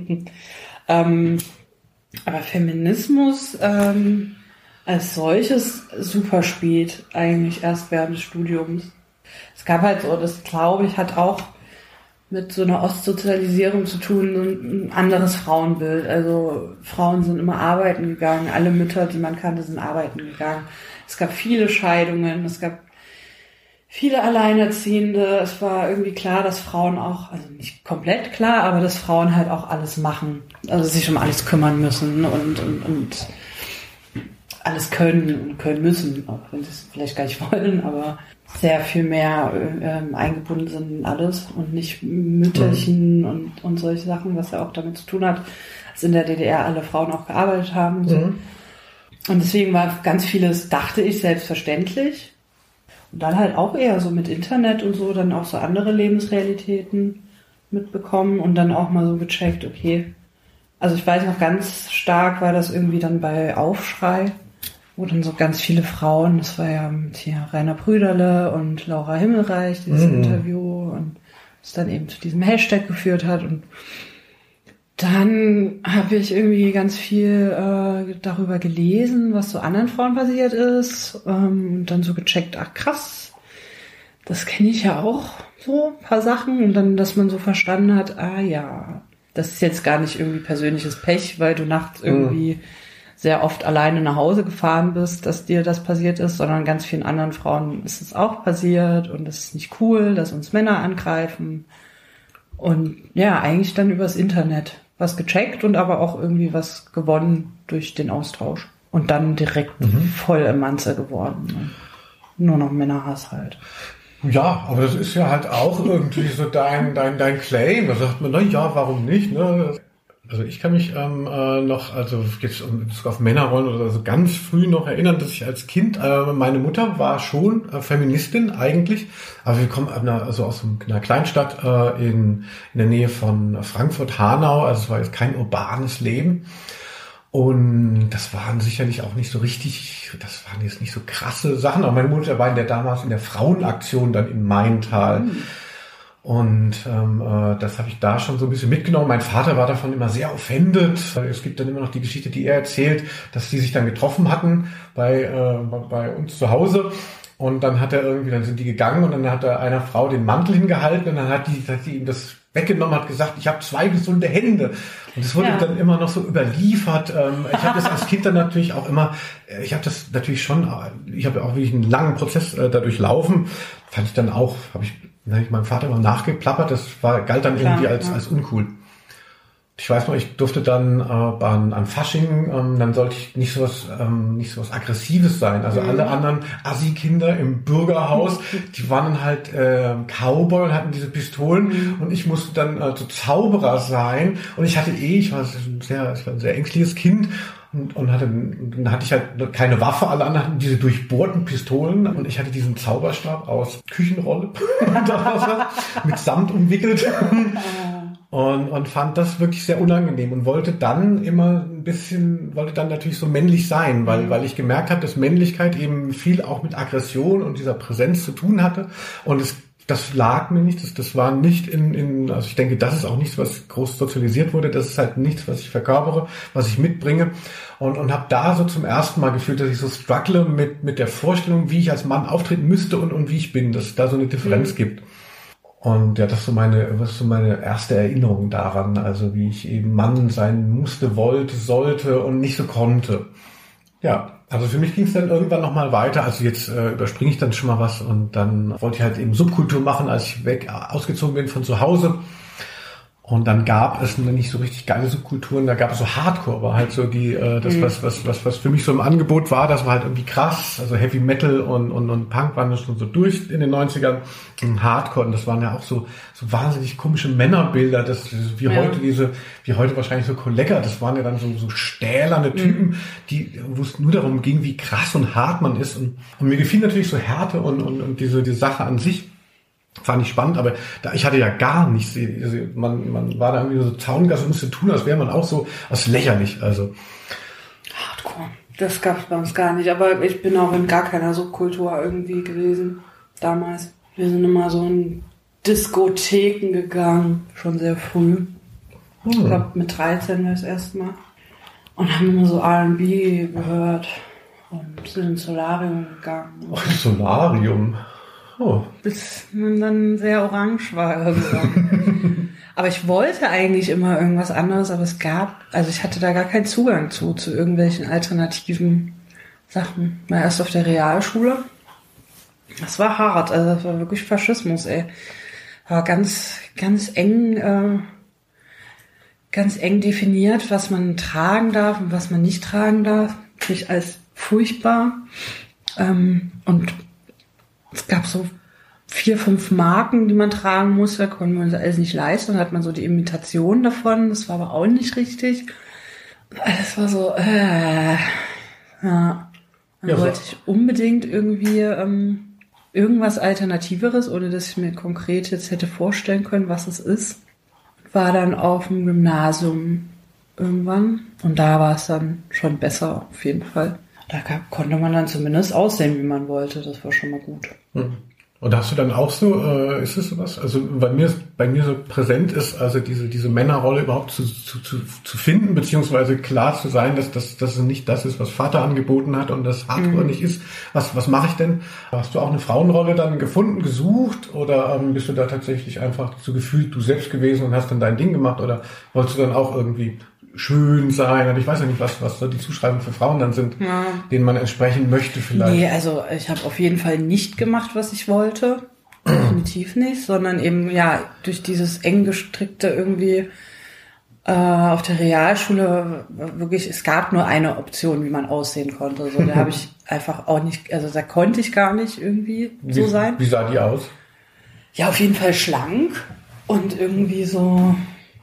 Aber Feminismus als solches super spät, eigentlich erst während des Studiums. Es gab halt so, das glaube ich, hat auch mit so einer Ostsozialisierung zu tun, ein anderes Frauenbild. Also Frauen sind immer arbeiten gegangen, alle Mütter, die man kannte, sind arbeiten gegangen. Es gab viele Scheidungen, es gab viele Alleinerziehende. Es war irgendwie klar, dass Frauen auch, also nicht komplett klar, aber dass Frauen halt auch alles machen, also sich um alles kümmern müssen und alles können müssen, auch wenn sie es vielleicht gar nicht wollen, aber sehr viel mehr eingebunden sind in alles und nicht Mütterchen und solche Sachen, was ja auch damit zu tun hat, dass in der DDR alle Frauen auch gearbeitet haben und so. Und deswegen war ganz vieles, dachte ich, selbstverständlich. Und dann halt auch eher so mit Internet und so, dann auch so andere Lebensrealitäten mitbekommen und dann auch mal so gecheckt, okay. Also ich weiß noch ganz stark, war das irgendwie dann bei Aufschrei, wo dann so ganz viele Frauen, das war ja mit hier Rainer Brüderle und Laura Himmelreich, dieses Interview und das dann eben zu diesem Hashtag geführt hat und Dann habe ich irgendwie ganz viel darüber gelesen, was so anderen Frauen passiert ist. Und dann so gecheckt, ach krass, das kenne ich ja auch, so ein paar Sachen. Und dann, dass man so verstanden hat, ah ja, das ist jetzt gar nicht irgendwie persönliches Pech, weil du nachts irgendwie sehr oft alleine nach Hause gefahren bist, dass dir das passiert ist, sondern ganz vielen anderen Frauen ist es auch passiert und es ist nicht cool, dass uns Männer angreifen. Und ja, eigentlich dann übers Internet was gecheckt und aber auch irgendwie was gewonnen durch den Austausch. Und dann direkt voll im Manze geworden. Nur noch Männerhass halt. Ja, aber das ist ja halt auch irgendwie so dein Claim. Da sagt man, na ja, warum nicht, ne? Also ich kann mich noch, also jetzt auf Männerrollen oder so ganz früh noch erinnern, dass ich als Kind, meine Mutter war schon Feministin eigentlich, aber wir kommen also aus einer Kleinstadt in der Nähe von Frankfurt-Hanau, also es war jetzt kein urbanes Leben. Und das waren sicherlich auch nicht so richtig, das waren jetzt nicht so krasse Sachen, aber meine Mutter war damals in der Frauenaktion dann in Maintal. Und das habe ich da schon so ein bisschen mitgenommen. Mein Vater war davon immer sehr offended. Es gibt dann immer noch die Geschichte, die er erzählt, dass die sich dann getroffen hatten bei uns zu Hause. Und dann dann sind die gegangen und dann hat er einer Frau den Mantel hingehalten und dann hat sie ihm das weggenommen, hat gesagt, ich habe 2 gesunde Hände. Und es wurde dann immer noch so überliefert. Ich habe das als Kind dann natürlich auch immer, ich habe auch wirklich einen langen Prozess dadurch laufen. Fand ich dann auch, habe ich meinem Vater mal nachgeplappert, galt dann irgendwie als uncool. Ich weiß noch, ich durfte dann an Fasching, dann sollte ich nicht so was Aggressives sein. Also alle anderen Assi-Kinder im Bürgerhaus, die waren dann halt Cowboy und hatten diese Pistolen und ich musste dann so Zauberer sein und ich war ein sehr ängstliches Kind und dann hatte ich halt keine Waffe, alle anderen hatten diese durchbohrten Pistolen und ich hatte diesen Zauberstab aus Küchenrolle mit Samt umwickelt. Und fand das wirklich sehr unangenehm und wollte dann natürlich so männlich sein, weil ich gemerkt habe, dass Männlichkeit eben viel auch mit Aggression und dieser Präsenz zu tun hatte. Und das lag mir nicht, das war nicht also ich denke, das ist auch nichts, was groß sozialisiert wurde, das ist halt nichts, was ich verkörpere, was ich mitbringe. Und habe da so zum ersten Mal gefühlt, dass ich so struggle mit der Vorstellung, wie ich als Mann auftreten müsste und wie ich bin, dass es da so eine Differenz gibt. Und ja, das ist so meine erste Erinnerung daran, also wie ich eben Mann sein musste, wollte, sollte und nicht so konnte. Ja, also für mich ging es dann irgendwann nochmal weiter, also jetzt überspringe ich dann schon mal was und dann wollte ich halt eben Subkultur machen, als ich ausgezogen bin von zu Hause. Und dann gab es nicht so richtig geile Subkulturen, da gab es so Hardcore, war halt so was für mich so im Angebot war, das war halt irgendwie krass, also Heavy Metal und Punk waren schon so durch in den 90ern und Hardcore und das waren ja auch so wahnsinnig komische Männerbilder, wie heute wahrscheinlich so Kollegger, das waren ja dann so stählerne Typen, wo es nur darum ging, wie krass und hart man ist und mir gefiel natürlich so Härte und diese Sache an sich. Fand ich spannend, aber ich hatte ja gar nichts. Also man war da irgendwie so Zaungast und musste tun, als wäre man auch so lächerlich. Also Hardcore. Das gab's bei uns gar nicht. Aber ich bin auch in gar keiner Subkultur irgendwie gewesen damals. Wir sind immer so in Diskotheken gegangen, schon sehr früh. Ich glaube mit 13 das erste Mal. Und haben immer so R&B gehört und sind ins Solarium gegangen. Ach, Solarium. Oh. Bis man dann sehr orange war irgendwann. Aber ich wollte eigentlich immer irgendwas anderes, aber ich hatte da gar keinen Zugang zu irgendwelchen alternativen Sachen. Mal erst auf der Realschule. Das war hart, also das war wirklich Faschismus, ey. War ganz eng definiert, was man tragen darf und was man nicht tragen darf. Nicht als furchtbar. Und es gab so 4, 5 Marken, die man tragen musste, da konnten wir uns alles nicht leisten. Dann hat man so die Imitation davon, das war aber auch nicht richtig. Das war so, ja. Dann wollte ich unbedingt irgendwie irgendwas Alternativeres, ohne dass ich mir konkret jetzt hätte vorstellen können, was es ist. War dann auf dem Gymnasium irgendwann und da war es dann schon besser, auf jeden Fall. Da konnte man dann zumindest aussehen, wie man wollte. Das war schon mal gut. Und hast du dann auch so, ist es sowas? Also bei mir so präsent ist, also diese Männerrolle überhaupt zu finden, beziehungsweise klar zu sein, dass das nicht das ist, was Vater angeboten hat und das Hardcore nicht ist. Was mache ich denn? Hast du auch eine Frauenrolle dann gefunden, gesucht oder bist du da tatsächlich einfach so gefühlt du selbst gewesen und hast dann dein Ding gemacht oder wolltest du dann auch irgendwie schön sein? Und ich weiß ja nicht, was so die Zuschreibungen für Frauen dann sind, denen man entsprechen möchte vielleicht. Nee, also ich habe auf jeden Fall nicht gemacht, was ich wollte. Definitiv nicht, sondern eben, durch dieses eng gestrickte irgendwie auf der Realschule wirklich, es gab nur eine Option, wie man aussehen konnte. So, da habe ich einfach auch nicht, also da konnte ich gar nicht irgendwie so sein. Wie sah die aus? Ja, auf jeden Fall schlank und irgendwie so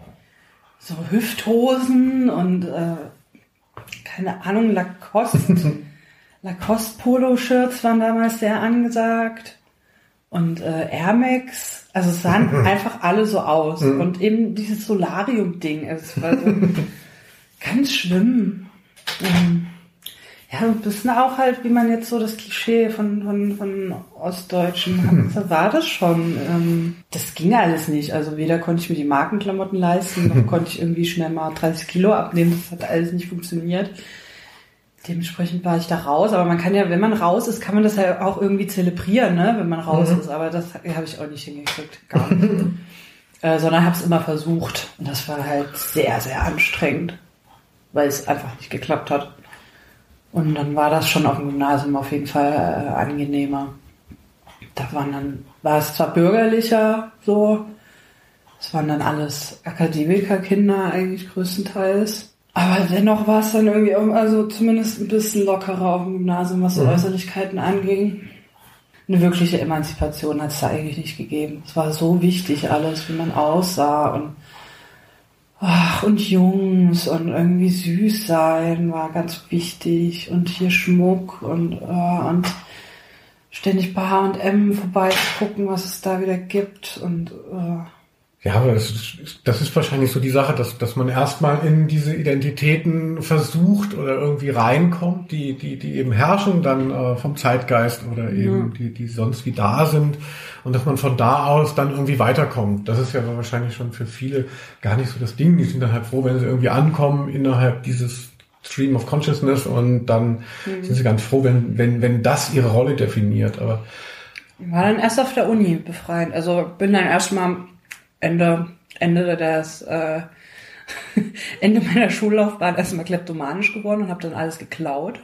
Hüfthosen und keine Ahnung, Lacoste-Polo-Shirts waren damals sehr angesagt und Air Max, also es sahen einfach alle so aus und eben dieses Solarium-Ding, es war so ganz schlimm. Ja, ein bisschen auch halt, wie man jetzt so das Klischee von Ostdeutschen hat, so war das schon. Das ging alles nicht. Also weder konnte ich mir die Markenklamotten leisten, noch konnte ich irgendwie schnell mal 30 Kilo abnehmen. Das hat alles nicht funktioniert. Dementsprechend war ich da raus. Aber man kann ja, wenn man raus ist, kann man das ja auch irgendwie zelebrieren, ne? Wenn man raus ist. Aber das habe ich auch nicht hingekriegt. Gar nicht. Sondern habe es immer versucht. Und das war halt sehr, sehr anstrengend. Weil es einfach nicht geklappt hat. Und dann war das schon auf dem Gymnasium auf jeden Fall angenehmer. War es zwar bürgerlicher, so. Es waren dann alles Akademikerkinder eigentlich größtenteils. Aber dennoch war es dann irgendwie, also zumindest ein bisschen lockerer auf dem Gymnasium, was Äußerlichkeiten anging. Eine wirkliche Emanzipation hat es da eigentlich nicht gegeben. Es war so wichtig alles, wie man aussah und Jungs und irgendwie süß sein war ganz wichtig und hier Schmuck und ständig bei H&M vorbei gucken, was es da wieder gibt und Ja, aber das ist wahrscheinlich so die Sache, dass man erstmal in diese Identitäten versucht oder irgendwie reinkommt, die eben herrschen dann vom Zeitgeist oder eben die sonst wie da sind und dass man von da aus dann irgendwie weiterkommt. Das ist ja wahrscheinlich schon für viele gar nicht so das Ding. Die sind dann halt froh, wenn sie irgendwie ankommen innerhalb dieses Stream of Consciousness und dann sind sie ganz froh, wenn das ihre Rolle definiert. Aber war dann erst auf der Uni befreiend. Also bin dann erstmal Ende meiner Schullaufbahn erstmal kleptomanisch geworden und habe dann alles geklaut.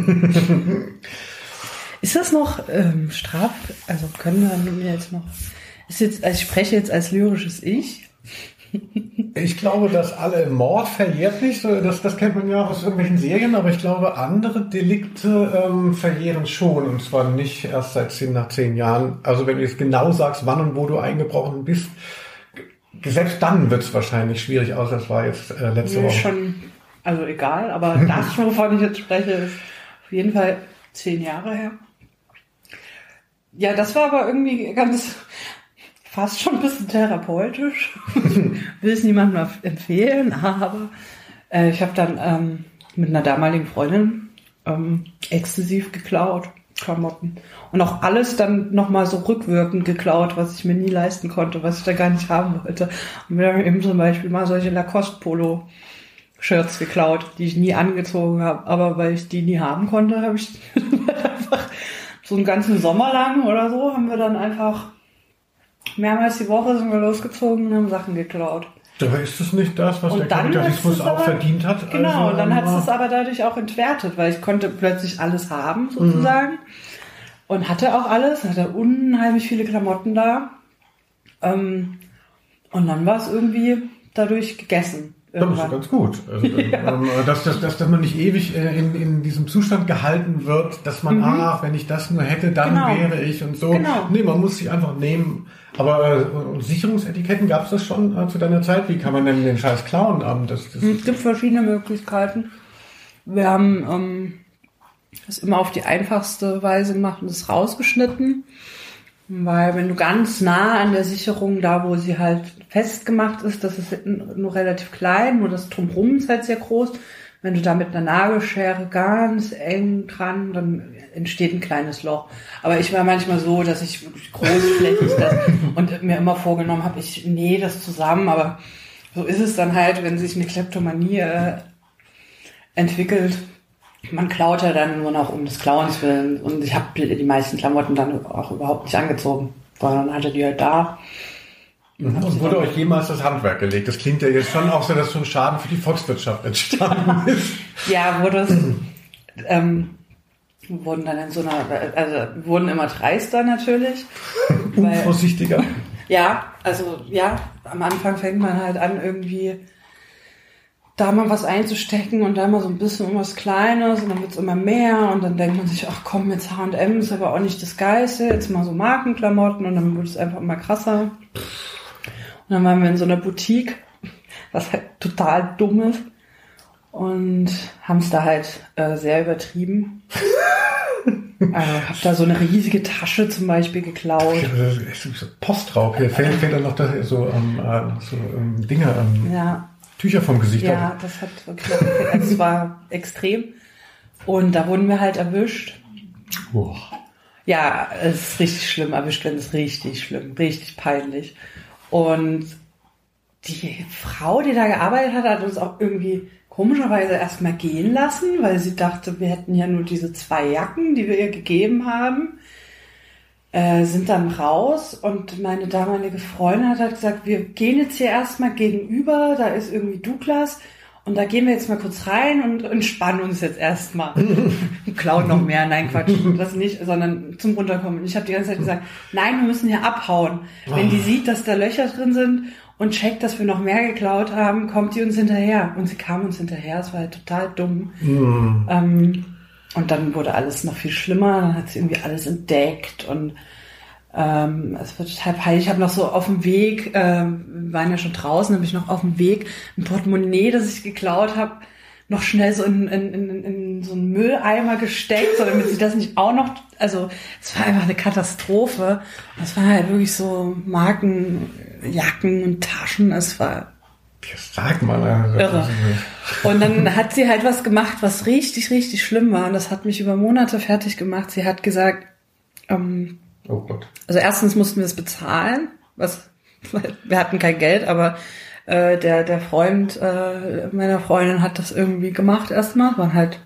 Ist das noch also können wir mir jetzt noch... ich spreche jetzt als lyrisches Ich. Ich glaube, dass alle Mord verjährt nicht, das kennt man ja aus irgendwelchen Serien, aber ich glaube, andere Delikte verjähren schon und zwar nicht erst nach 10 Jahren. Also wenn du jetzt genau sagst, wann und wo du eingebrochen bist, selbst dann wird es wahrscheinlich schwierig, außer es war jetzt letzte Woche. Schon, also egal, aber das, wovon ich jetzt spreche, ist auf jeden Fall 10 Jahre her. Ja, das war aber irgendwie fast schon ein bisschen therapeutisch. Will es niemandem empfehlen, aber ich habe dann mit einer damaligen Freundin exzessiv geklaut, Klamotten. Und auch alles dann nochmal so rückwirkend geklaut, was ich mir nie leisten konnte, was ich da gar nicht haben wollte. Und wir haben eben zum Beispiel mal solche Lacoste-Polo-Shirts geklaut, die ich nie angezogen habe. Aber weil ich die nie haben konnte, habe ich einfach so einen ganzen Sommer lang oder so, haben wir dann einfach mehrmals die Woche sind wir losgezogen und haben Sachen geklaut. Aber ist das nicht das, was der Kapitalismus auch verdient hat? Genau, also, dann hat es aber dadurch auch entwertet, weil ich konnte plötzlich alles haben, sozusagen. Und hatte auch alles, hatte unheimlich viele Klamotten da. Und dann war es irgendwie dadurch gegessen. Irgendwann. Das ist ganz gut. Also, dass man nicht ewig in diesem Zustand gehalten wird, dass man, wenn ich das nur hätte, dann wäre ich und so. Genau. Nee, man muss sich einfach nehmen. Aber Sicherungsetiketten gab es das schon zu deiner Zeit? Wie kann man denn den Scheiß klauen? Es gibt verschiedene Möglichkeiten. Wir haben das immer auf die einfachste Weise gemacht und das rausgeschnitten. Weil wenn du ganz nah an der Sicherung, da wo sie halt festgemacht ist, das ist nur relativ klein, nur das Drumherum ist halt sehr groß. wenn du da mit einer Nagelschere ganz eng dran, dann entsteht ein kleines Loch. Aber ich war manchmal so, dass ich wirklich großflächig das und mir immer vorgenommen habe, ich nähe das zusammen, aber so ist es dann halt, wenn sich eine Kleptomanie entwickelt. Man klaut ja dann nur noch um des Klauens willen und ich habe die meisten Klamotten dann auch überhaupt nicht angezogen, sondern hatte die halt da. Und wurde euch jemals das Handwerk gelegt? Das klingt ja jetzt schon auch so, dass so ein Schaden für die Volkswirtschaft entstanden ist. Ja, wurde es, wurden dann in so einer, also wurden immer dreister natürlich. Unvorsichtiger. Ja, also ja, am Anfang fängt man halt an irgendwie da mal was einzustecken und da mal so ein bisschen irgendwas Kleines und dann wird's immer mehr und dann denkt man sich, ach komm, jetzt H&M ist aber auch nicht das Geilste, jetzt mal so Markenklamotten und dann wird es einfach immer krasser. Und dann waren wir in so einer Boutique, was halt total dumm ist und haben es da halt sehr übertrieben. Hab da so eine riesige Tasche zum Beispiel geklaut. Postraub, hier fällt dann noch das, so Dinger, Tücher vom Gesicht. Ja, das hat wirklich, es war extrem. Und da wurden wir halt erwischt. Oh. Ja, es ist richtig schlimm. Erwischt werden ist richtig schlimm, richtig peinlich. Und die Frau, die da gearbeitet hat, hat uns auch irgendwie komischerweise erstmal gehen lassen, weil sie dachte, wir hätten ja nur diese 2 Jacken, die wir ihr gegeben haben. Sind dann raus und meine damalige Freundin hat halt gesagt, wir gehen jetzt hier erstmal gegenüber, da ist irgendwie Douglas und da gehen wir jetzt mal kurz rein und entspannen uns jetzt erstmal. Klauen noch mehr, nein Quatsch, das nicht, sondern zum Runterkommen. Und ich habe die ganze Zeit gesagt, nein, wir müssen hier abhauen. Wenn die sieht, dass da Löcher drin sind und checkt, dass wir noch mehr geklaut haben, kommt die uns hinterher. Und sie kam uns hinterher, es war halt total dumm. Und dann wurde alles noch viel schlimmer, dann hat sie irgendwie alles entdeckt und es wird total peinlich. Ich habe noch so auf dem Weg, wir waren ja schon draußen, habe ich noch auf dem Weg ein Portemonnaie, das ich geklaut habe, noch schnell so in so einen Mülleimer gesteckt, so damit sie das nicht auch noch, also es war einfach eine Katastrophe. Es waren halt wirklich so Markenjacken und Taschen, es war Sag mal. Irre. Und dann hat sie halt was gemacht, was richtig, richtig schlimm war. Und das hat mich über Monate fertig gemacht. Sie hat gesagt, oh Gott. Also erstens mussten wir es bezahlen, wir hatten kein Geld, aber der Freund meiner Freundin hat das irgendwie gemacht erstmal. Waren halt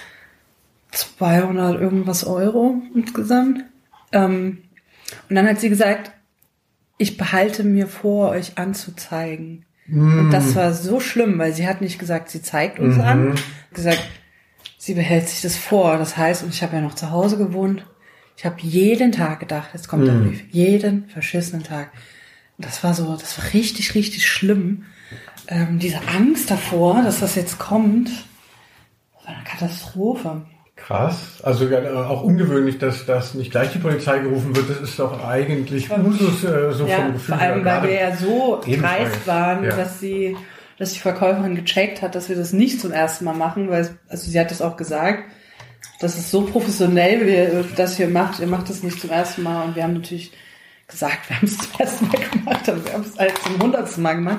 200 irgendwas Euro insgesamt. Und dann hat sie gesagt, ich behalte mir vor, euch anzuzeigen. Und das war so schlimm, weil sie hat nicht gesagt, sie zeigt uns an, gesagt, sie behält sich das vor. Das heißt, und ich habe ja noch zu Hause gewohnt, ich habe jeden Tag gedacht, jetzt kommt der Brief, jeden verschissenen Tag. Und das war richtig, richtig schlimm. Diese Angst davor, dass das jetzt kommt, das war eine Katastrophe. Krass. Also auch ungewöhnlich, dass nicht gleich die Polizei gerufen wird. Das ist doch eigentlich Usus so vom Gefühl. Vor allem, weil wir ja so dreist waren, dass die Verkäuferin gecheckt hat, dass wir das nicht zum ersten Mal machen, weil sie hat das auch gesagt, das ist so professionell, wie ihr das hier macht. Ihr macht das nicht zum ersten Mal. Und wir haben natürlich gesagt, wir haben es zum ersten Mal gemacht, aber wir haben es halt zum 100. Mal gemacht.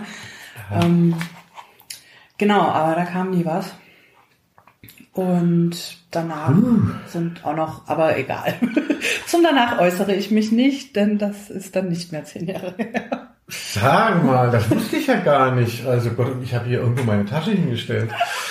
Genau, aber da kam nie was. Und danach sind auch noch, aber egal. Zum danach äußere ich mich nicht, denn das ist dann nicht mehr 10 Jahre her. Sag mal, das wusste ich ja gar nicht. Also Gott, ich habe hier irgendwo meine Tasche hingestellt.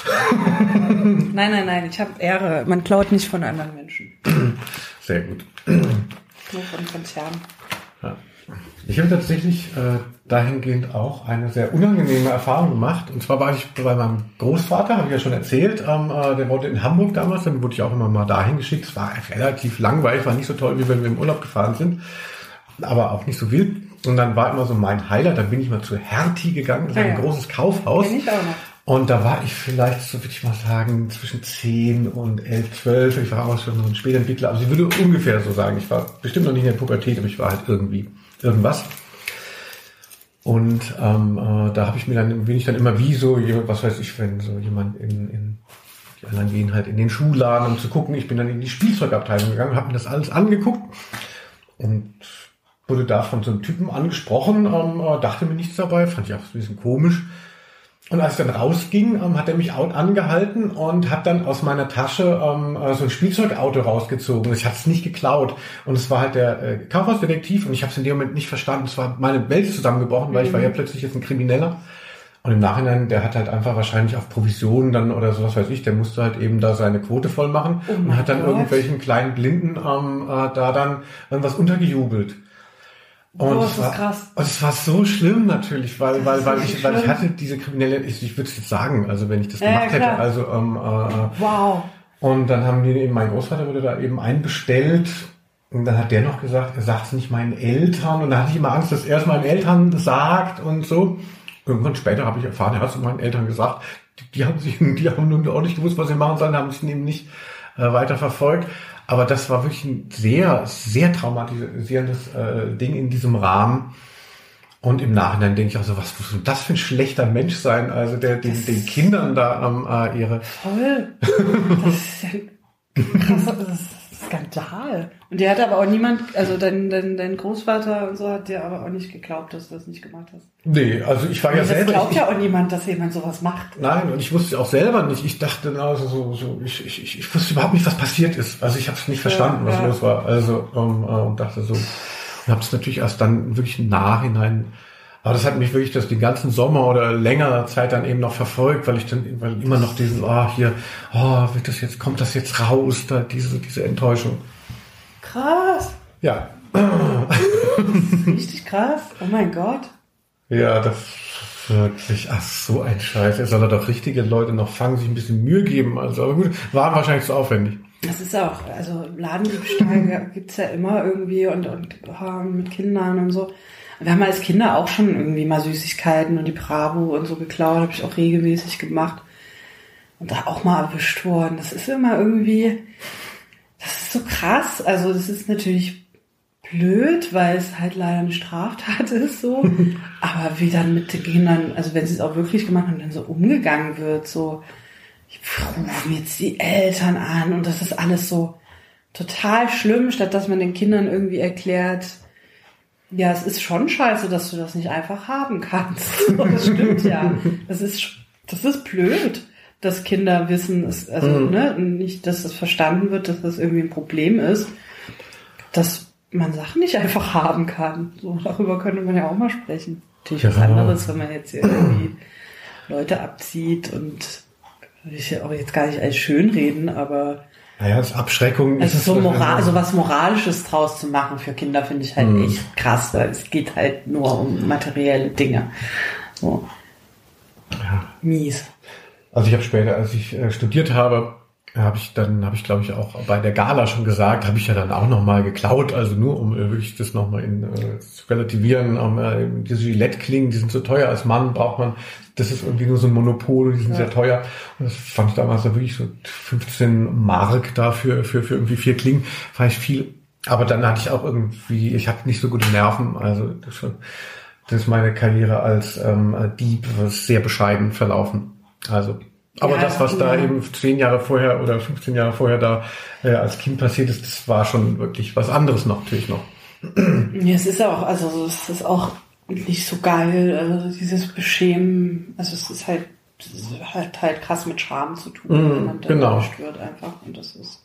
Nein, ich habe Ehre. Man klaut nicht von anderen Menschen. Sehr gut. Nur von Konzernen. Ja. Ich habe tatsächlich dahingehend auch eine sehr unangenehme Erfahrung gemacht. Und zwar war ich bei meinem Großvater, habe ich ja schon erzählt, der wohnte in Hamburg damals, dann wurde ich auch immer mal dahin geschickt. Es war relativ langweilig, war nicht so toll, wie wenn wir im Urlaub gefahren sind, aber auch nicht so wild. Und dann war immer so mein Highlight, dann bin ich mal zu Hertie gegangen, das ist ein großes Kaufhaus. Kenn ich auch noch. Und da war ich vielleicht, so würde ich mal sagen, zwischen 10 und 11, 12. Ich war auch schon so ein Spätentwickler. Also ich würde ungefähr so sagen, ich war bestimmt noch nicht in der Pubertät, aber ich war halt irgendwie irgendwas. Und da bin ich dann immer wie so, was weiß ich, wenn so jemand die anderen gehen halt in den Schuhladen, um zu gucken. Ich bin dann in die Spielzeugabteilung gegangen, habe mir das alles angeguckt und wurde da von so einem Typen angesprochen, dachte mir nichts dabei, fand ich auch ein bisschen komisch. Und als ich dann rausging, hat er mich angehalten und hat dann aus meiner Tasche so ein Spielzeugauto rausgezogen. Ich hatte es nicht geklaut. Und es war halt der Kaufhausdetektiv und ich habe es in dem Moment nicht verstanden. Es war meine Welt zusammengebrochen, weil ich war ja plötzlich jetzt ein Krimineller. Und im Nachhinein, der hat halt einfach wahrscheinlich auf Provisionen dann oder sowas weiß ich, der musste halt eben da seine Quote voll machen und hat dann irgendwelchen kleinen Blinden da dann irgendwas untergejubelt. Und das ist krass. Und es war so schlimm natürlich, weil ich hatte diese kriminelle, ich würde es jetzt sagen, also wenn ich das gemacht hätte, also wow. Und dann haben die eben, mein Großvater wurde da eben einbestellt und dann hat der noch gesagt, er sagt es nicht meinen Eltern und da hatte ich immer Angst, dass er es meinen Eltern sagt und so. Irgendwann später habe ich erfahren, er hat es meinen Eltern gesagt, die haben nun auch nicht gewusst, was sie machen sollen, haben sich eben nicht weiter verfolgt. Aber das war wirklich ein sehr, sehr traumatisierendes Ding in diesem Rahmen. Und im Nachhinein denke ich auch so, was muss das für ein schlechter Mensch sein? Also den Kindern da ihre... Voll. Das ist ja krass, das ist Skandal. Und der hat aber auch niemand, also dein Großvater und so hat dir aber auch nicht geglaubt, dass du das nicht gemacht hast. Nee, also ich war ja selber... Das glaubt ja auch niemand, dass jemand sowas macht. Nein, und ich wusste auch selber nicht. Ich dachte also ich wusste überhaupt nicht, was passiert ist. Also ich habe es nicht verstanden, was los war. Also und dachte so... Und habe es natürlich erst dann wirklich im Nachhinein... Aber das hat mich wirklich den ganzen Sommer oder längere Zeit dann eben noch verfolgt, weil immer noch diesen, kommt das jetzt raus, da diese Enttäuschung. Krass. Ja. Richtig krass. Oh mein Gott. Ja, das wirklich, so ein Scheiß. Es soll doch richtige Leute noch fangen, sich ein bisschen Mühe geben. Also, aber gut, war wahrscheinlich zu aufwendig. Das ist auch, also Ladendiebstahl gibt's ja immer irgendwie und mit Kindern und so. Wir haben als Kinder auch schon irgendwie mal Süßigkeiten und die Bravo und so geklaut, habe ich auch regelmäßig gemacht. Und da auch mal erwischt worden. Das ist immer irgendwie, das ist so krass. Also das ist natürlich blöd, weil es halt leider eine Straftat ist so. Aber wie dann mit den Kindern, also wenn sie es auch wirklich gemacht haben, dann so umgegangen wird, so, ich rufe jetzt die Eltern an und das ist alles so total schlimm, statt dass man den Kindern irgendwie erklärt, ja, es ist schon scheiße, dass du das nicht einfach haben kannst. Das stimmt ja. Das ist blöd, dass Kinder wissen, nicht, dass es verstanden wird, dass das irgendwie ein Problem ist, dass man Sachen nicht einfach haben kann. So, darüber könnte man ja auch mal sprechen. Natürlich was anderes, wenn man jetzt irgendwie Leute abzieht und ich will auch jetzt gar nicht als schönreden, aber naja, das Abschreckung also ist so was Moralisches draus zu machen für Kinder finde ich halt echt krass, weil es geht halt nur um materielle Dinge. So. Ja. Mies. Also ich habe später, als ich studiert habe, habe ich glaube ich auch bei der Gala schon gesagt, habe ich ja dann auch nochmal geklaut, also nur um wirklich das nochmal zu relativieren, diese Gillette-Klingen, die sind so teuer, als Mann braucht man, das ist irgendwie nur so ein Monopol, die sind sehr teuer und das fand ich damals da wirklich so 15 Mark dafür für irgendwie 4 Klingen, fand ich viel, aber dann hatte ich auch irgendwie, ich hatte nicht so gute Nerven, also das ist meine Karriere als Dieb sehr bescheiden verlaufen, also aber ja, das, was da eben 10 Jahre vorher oder 15 Jahre vorher da als Kind passiert ist, das war schon wirklich was anderes natürlich noch. Ja, es ist auch nicht so geil, also dieses Beschämen, also es ist halt krass mit Scham zu tun, wenn man dann erwischt wird einfach und das ist.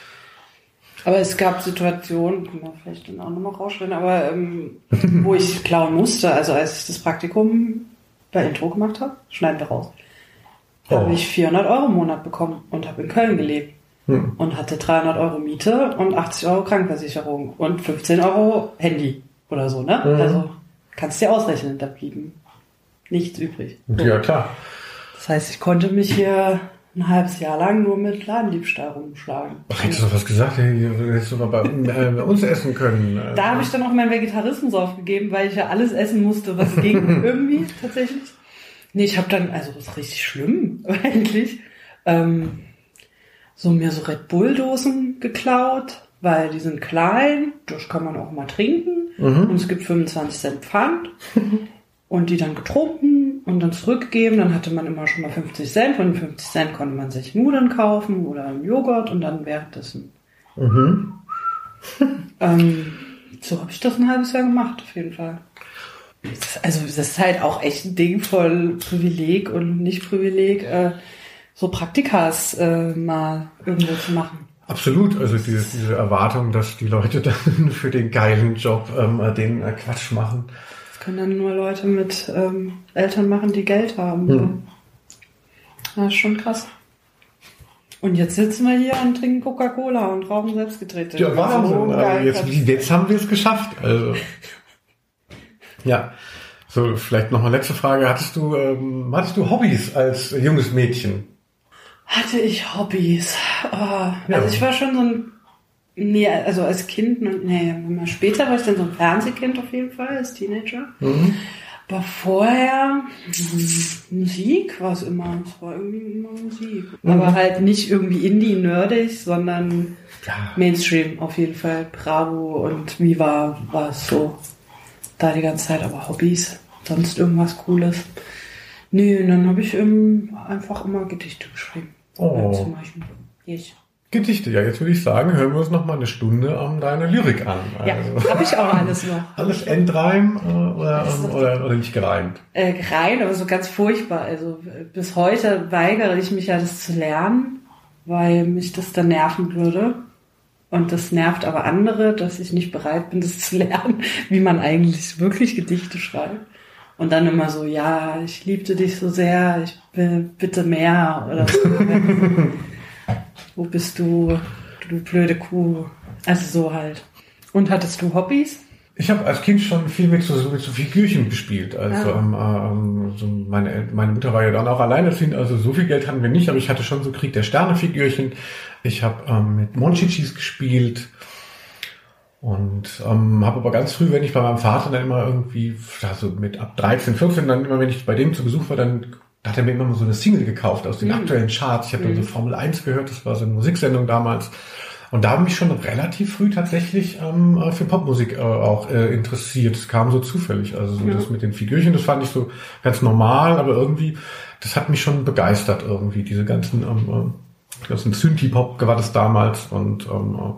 Aber es gab Situationen, können wir vielleicht dann auch nochmal rausstellen, aber wo ich klauen musste, also als ich das Praktikum bei Intro gemacht habe, schneiden wir raus. Habe ich 400 € im Monat bekommen und habe in Köln gelebt und hatte 300 € Miete und 80 € Krankenversicherung und 15 € Handy oder so, ne? Also kannst dir ausrechnen, da blieben nichts übrig. So. Ja, klar. Das heißt, ich konnte mich hier ein halbes Jahr lang nur mit Ladendiebstahl rumschlagen. Hättest du doch was gesagt, hättest du mal bei uns essen können. Da habe ich dann auch meinen Vegetarismus aufgegeben, weil ich ja alles essen musste, was ging irgendwie tatsächlich. Nee, ich habe dann, also das ist richtig schlimm eigentlich, mir so Red Bull-Dosen geklaut, weil die sind klein, das kann man auch mal trinken und es gibt 25 Cent Pfand und die dann getrunken und dann zurückgegeben, dann hatte man immer schon mal 50 Cent, von den 50 Cent konnte man sich Nudeln kaufen oder einen Joghurt und dann währenddessen. So habe ich das ein halbes Jahr gemacht, auf jeden Fall. das ist halt auch echt ein Ding voll Privileg und Nicht-Privileg, so Praktikas mal irgendwo zu machen. Absolut, also diese Erwartung, dass die Leute dann für den geilen Job den Quatsch machen. Das können dann nur Leute mit Eltern machen, die Geld haben. So. Das ist schon krass. Und jetzt sitzen wir hier und trinken Coca-Cola und rauchen Selbstgetreten. Ja, Wahnsinn. Also jetzt haben wir es geschafft. Also ja. So, vielleicht noch eine letzte Frage. Hattest du Hobbys als junges Mädchen? Hatte ich Hobbys? Also ich war schon so also als Kind, später war ich dann so ein Fernsehkind auf jeden Fall, als Teenager. Aber vorher, Musik war es immer. Es war irgendwie immer Musik. Aber halt nicht irgendwie Indie-nerdig, sondern Mainstream auf jeden Fall. Bravo und Viva war es so. Da die ganze Zeit, aber Hobbys, sonst irgendwas Cooles. Nee, und dann habe ich einfach immer Gedichte geschrieben. Zum Beispiel. Gedichte, ja, jetzt würde ich sagen, hören wir uns noch mal eine Stunde deine Lyrik an. Also, ja, habe ich auch alles noch. Alles Endreim oder nicht gereimt? Gereimt, aber so ganz furchtbar. Also bis heute weigere ich mich ja, das zu lernen, weil mich das dann nerven würde. Und das nervt aber andere, dass ich nicht bereit bin, das zu lernen, wie man eigentlich wirklich Gedichte schreibt. Und dann immer so, ja, ich liebte dich so sehr, ich will bitte mehr oder so. Wo bist du, du blöde Kuh? Also so halt. Und hattest du Hobbys? Ich habe als Kind schon viel mit so Figürchen gespielt. Also so meine Mutter war ja dann auch alleinerziehend, also so viel Geld hatten wir nicht, aber ich hatte schon so Krieg der Sterne Figürchen. Ich habe mit Monchichis gespielt und habe aber ganz früh, wenn ich bei meinem Vater dann immer irgendwie, also mit ab 13, 14, dann immer, wenn ich bei dem zu Besuch war, dann hat er mir immer so eine Single gekauft aus den aktuellen Charts. Ich habe dann so Formel 1 gehört, das war so eine Musiksendung damals. Und da habe ich mich schon relativ früh tatsächlich für Popmusik auch interessiert. Das kam so zufällig. Also so das mit den Figürchen, das fand ich so ganz normal, aber irgendwie, das hat mich schon begeistert irgendwie, diese ganzen Synthie-Pop war das damals und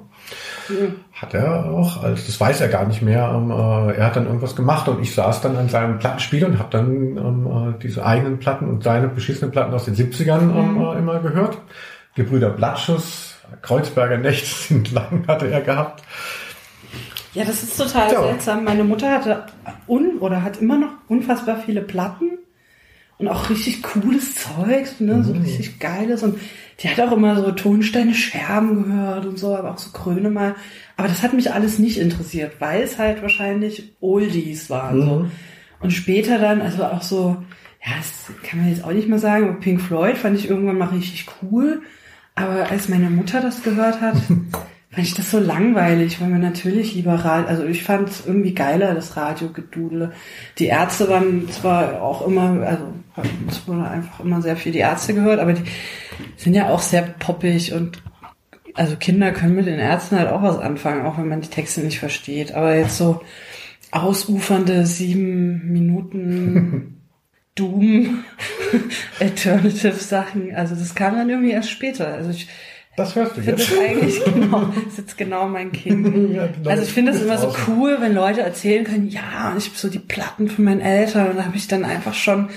hat er auch, also das weiß er gar nicht mehr, er hat dann irgendwas gemacht und ich saß dann an seinem Plattenspieler und habe dann diese eigenen Platten und seine beschissenen Platten aus den 70ern immer gehört. Gebrüder Blattschuss, Kreuzberger Nächte sind lang, hatte er gehabt. Ja, das ist total seltsam. Meine Mutter hatte hat immer noch unfassbar viele Platten und auch richtig cooles Zeug, ne, so richtig geiles. Und die hat auch immer so Tonsteine Scherben gehört und so, aber auch so Grönemeyer. Aber das hat mich alles nicht interessiert, weil es halt wahrscheinlich Oldies waren. So. Und später dann, also auch so, ja, das kann man jetzt auch nicht mehr sagen, aber Pink Floyd fand ich irgendwann mal richtig cool. Aber als meine Mutter das gehört hat, fand ich das so langweilig, weil man natürlich lieber also ich fand es irgendwie geiler, das Radiogedudel. Die Ärzte waren zwar auch immer, also es wurde einfach immer sehr viel die Ärzte gehört, aber die sind ja auch sehr poppig und also Kinder können mit den Ärzten halt auch was anfangen, auch wenn man die Texte nicht versteht. Aber jetzt so ausufernde 7 Minuten Doom Alternative Sachen, also das kam dann irgendwie erst später. Also ich das hörst du jetzt. Das eigentlich ist jetzt genau mein King. Ja, genau. Also ich finde es immer so cool, wenn Leute erzählen können, ja, und ich habe so die Platten von meinen Eltern und da habe ich dann einfach schon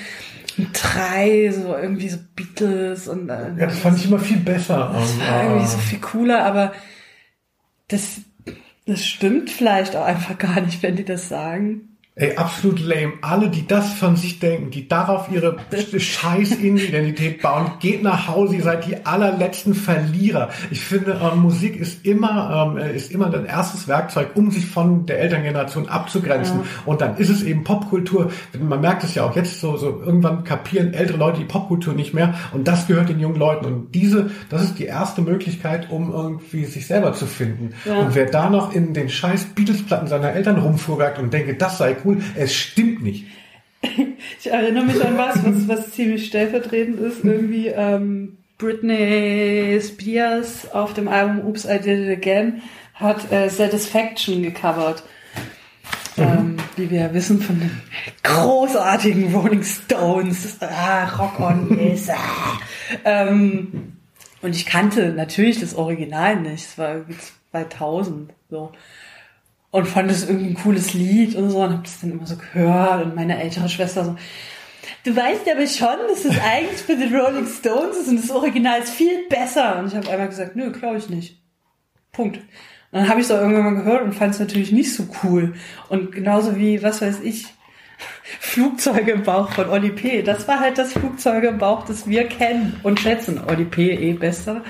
3, so irgendwie so Beatles und ja, das fand ich immer viel besser. Das war irgendwie so viel cooler, aber das stimmt vielleicht auch einfach gar nicht, wenn die das sagen. Ey, absolut lame. Alle, die das von sich denken, die darauf ihre scheiß Identität bauen, geht nach Hause, ihr seid die allerletzten Verlierer. Ich finde, Musik ist immer dein erstes Werkzeug, um sich von der Elterngeneration abzugrenzen. Ja. Und dann ist es eben Popkultur. Man merkt es ja auch jetzt so irgendwann kapieren ältere Leute die Popkultur nicht mehr. Und das gehört den jungen Leuten. Und das ist die erste Möglichkeit, um irgendwie sich selber zu finden. Ja. Und wer da noch in den scheiß Beatles-Platten seiner Eltern rumfuhrwerkt und denke, das sei cool, es stimmt nicht. Ich erinnere mich an was ziemlich stellvertretend ist. Irgendwie Britney Spears auf dem Album Oops, I Did It Again hat Satisfaction gecovert. Wie wir wissen von den großartigen Rolling Stones. Rock on, yes. Und ich kannte natürlich das Original nicht. Es war irgendwie 2000 so. und fand es irgendwie ein cooles Lied und so und hab das dann immer so gehört und meine ältere Schwester so, du weißt aber schon, dass es eigentlich für die Rolling Stones ist und das Original ist viel besser. Und ich habe einmal gesagt, nö, glaube ich nicht. Punkt. Und dann habe ich es auch irgendwann mal gehört und fand es natürlich nicht so cool. Und genauso wie, was weiß ich, Flugzeuge im Bauch von Oli P. Das war halt das Flugzeuge im Bauch, das wir kennen und schätzen. Oli P. besser.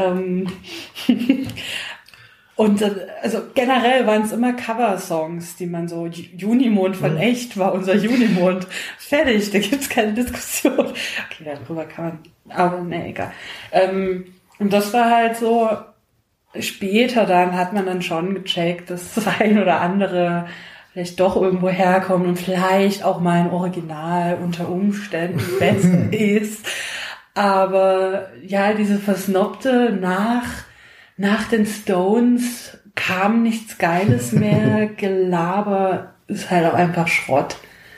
Und also generell waren es immer Cover-Songs, die man so, Junimond von Echt war unser Junimond. Fertig, da gibt's keine Diskussion. Okay, darüber kann man, aber ne, egal. Und das war halt so, später dann hat man dann schon gecheckt, dass das ein oder andere vielleicht doch irgendwo herkommt und vielleicht auch mal ein Original unter Umständen besser ist. Aber ja, diese versnobte nach den Stones kam nichts Geiles mehr, Gelaber ist halt auch einfach Schrott.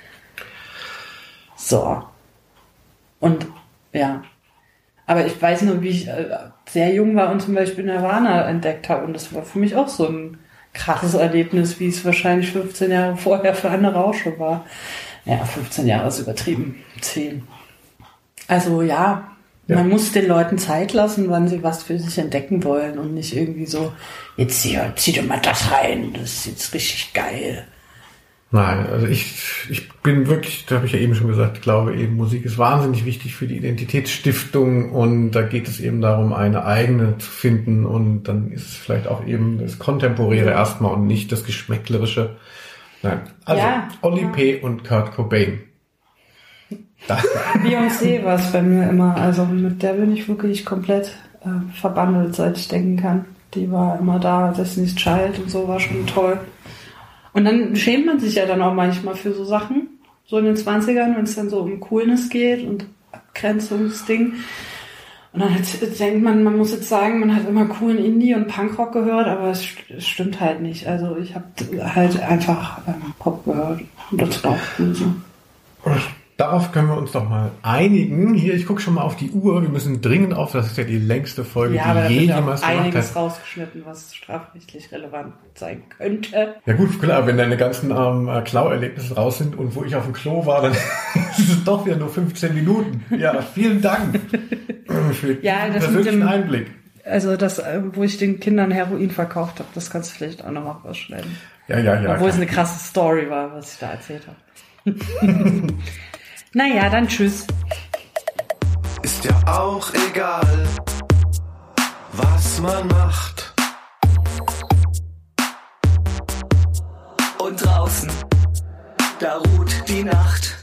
So. Und ja. Aber ich weiß nur, wie ich sehr jung war und zum Beispiel Nirvana entdeckt habe. Und das war für mich auch so ein krasses Erlebnis, wie es wahrscheinlich 15 Jahre vorher für andere auch schon war. Ja, 15 Jahre ist übertrieben. 10. Also ja. Man muss den Leuten Zeit lassen, wann sie was für sich entdecken wollen und nicht irgendwie so, jetzt hier, zieh doch mal das rein, das ist jetzt richtig geil. Nein, also ich bin wirklich, da habe ich ja eben schon gesagt, ich glaube eben, Musik ist wahnsinnig wichtig für die Identitätsstiftung und da geht es eben darum, eine eigene zu finden und dann ist es vielleicht auch eben das Kontemporäre erstmal und nicht das Geschmäcklerische. Nein, also Oli P. und Kurt Cobain. Beyoncé war es bei mir immer, also mit der bin ich wirklich komplett verbandelt, seit ich denken kann. Die war immer da, Destiny's Child und so, war schon toll. Und dann schämt man sich ja dann auch manchmal für so Sachen, so in den 20ern, wenn es dann so um Coolness geht und Abgrenzungsding. Und dann denkt man muss jetzt sagen, man hat immer coolen Indie und Punkrock gehört, aber es stimmt halt nicht. Also ich habe halt einfach Pop gehört und das war auch cool so. Darauf können wir uns doch mal einigen. Hier, ich gucke schon mal auf die Uhr. Wir müssen dringend auf, das ist ja die längste Folge, die je jemals gemacht hat. Einiges rausgeschnitten, was strafrechtlich relevant sein könnte. Ja gut, klar, wenn deine ganzen Klauerlebnisse raus sind und wo ich auf dem Klo war, dann ist es doch wieder nur 15 Minuten. Ja, vielen Dank für den persönlichen Einblick. Also das, wo ich den Kindern Heroin verkauft habe, das kannst du vielleicht auch nochmal rausschneiden. Ja. Obwohl es eine krasse Story war, was ich da erzählt habe. Naja, dann tschüss. Ist ja auch egal, was man macht. Und draußen, da ruht die Nacht.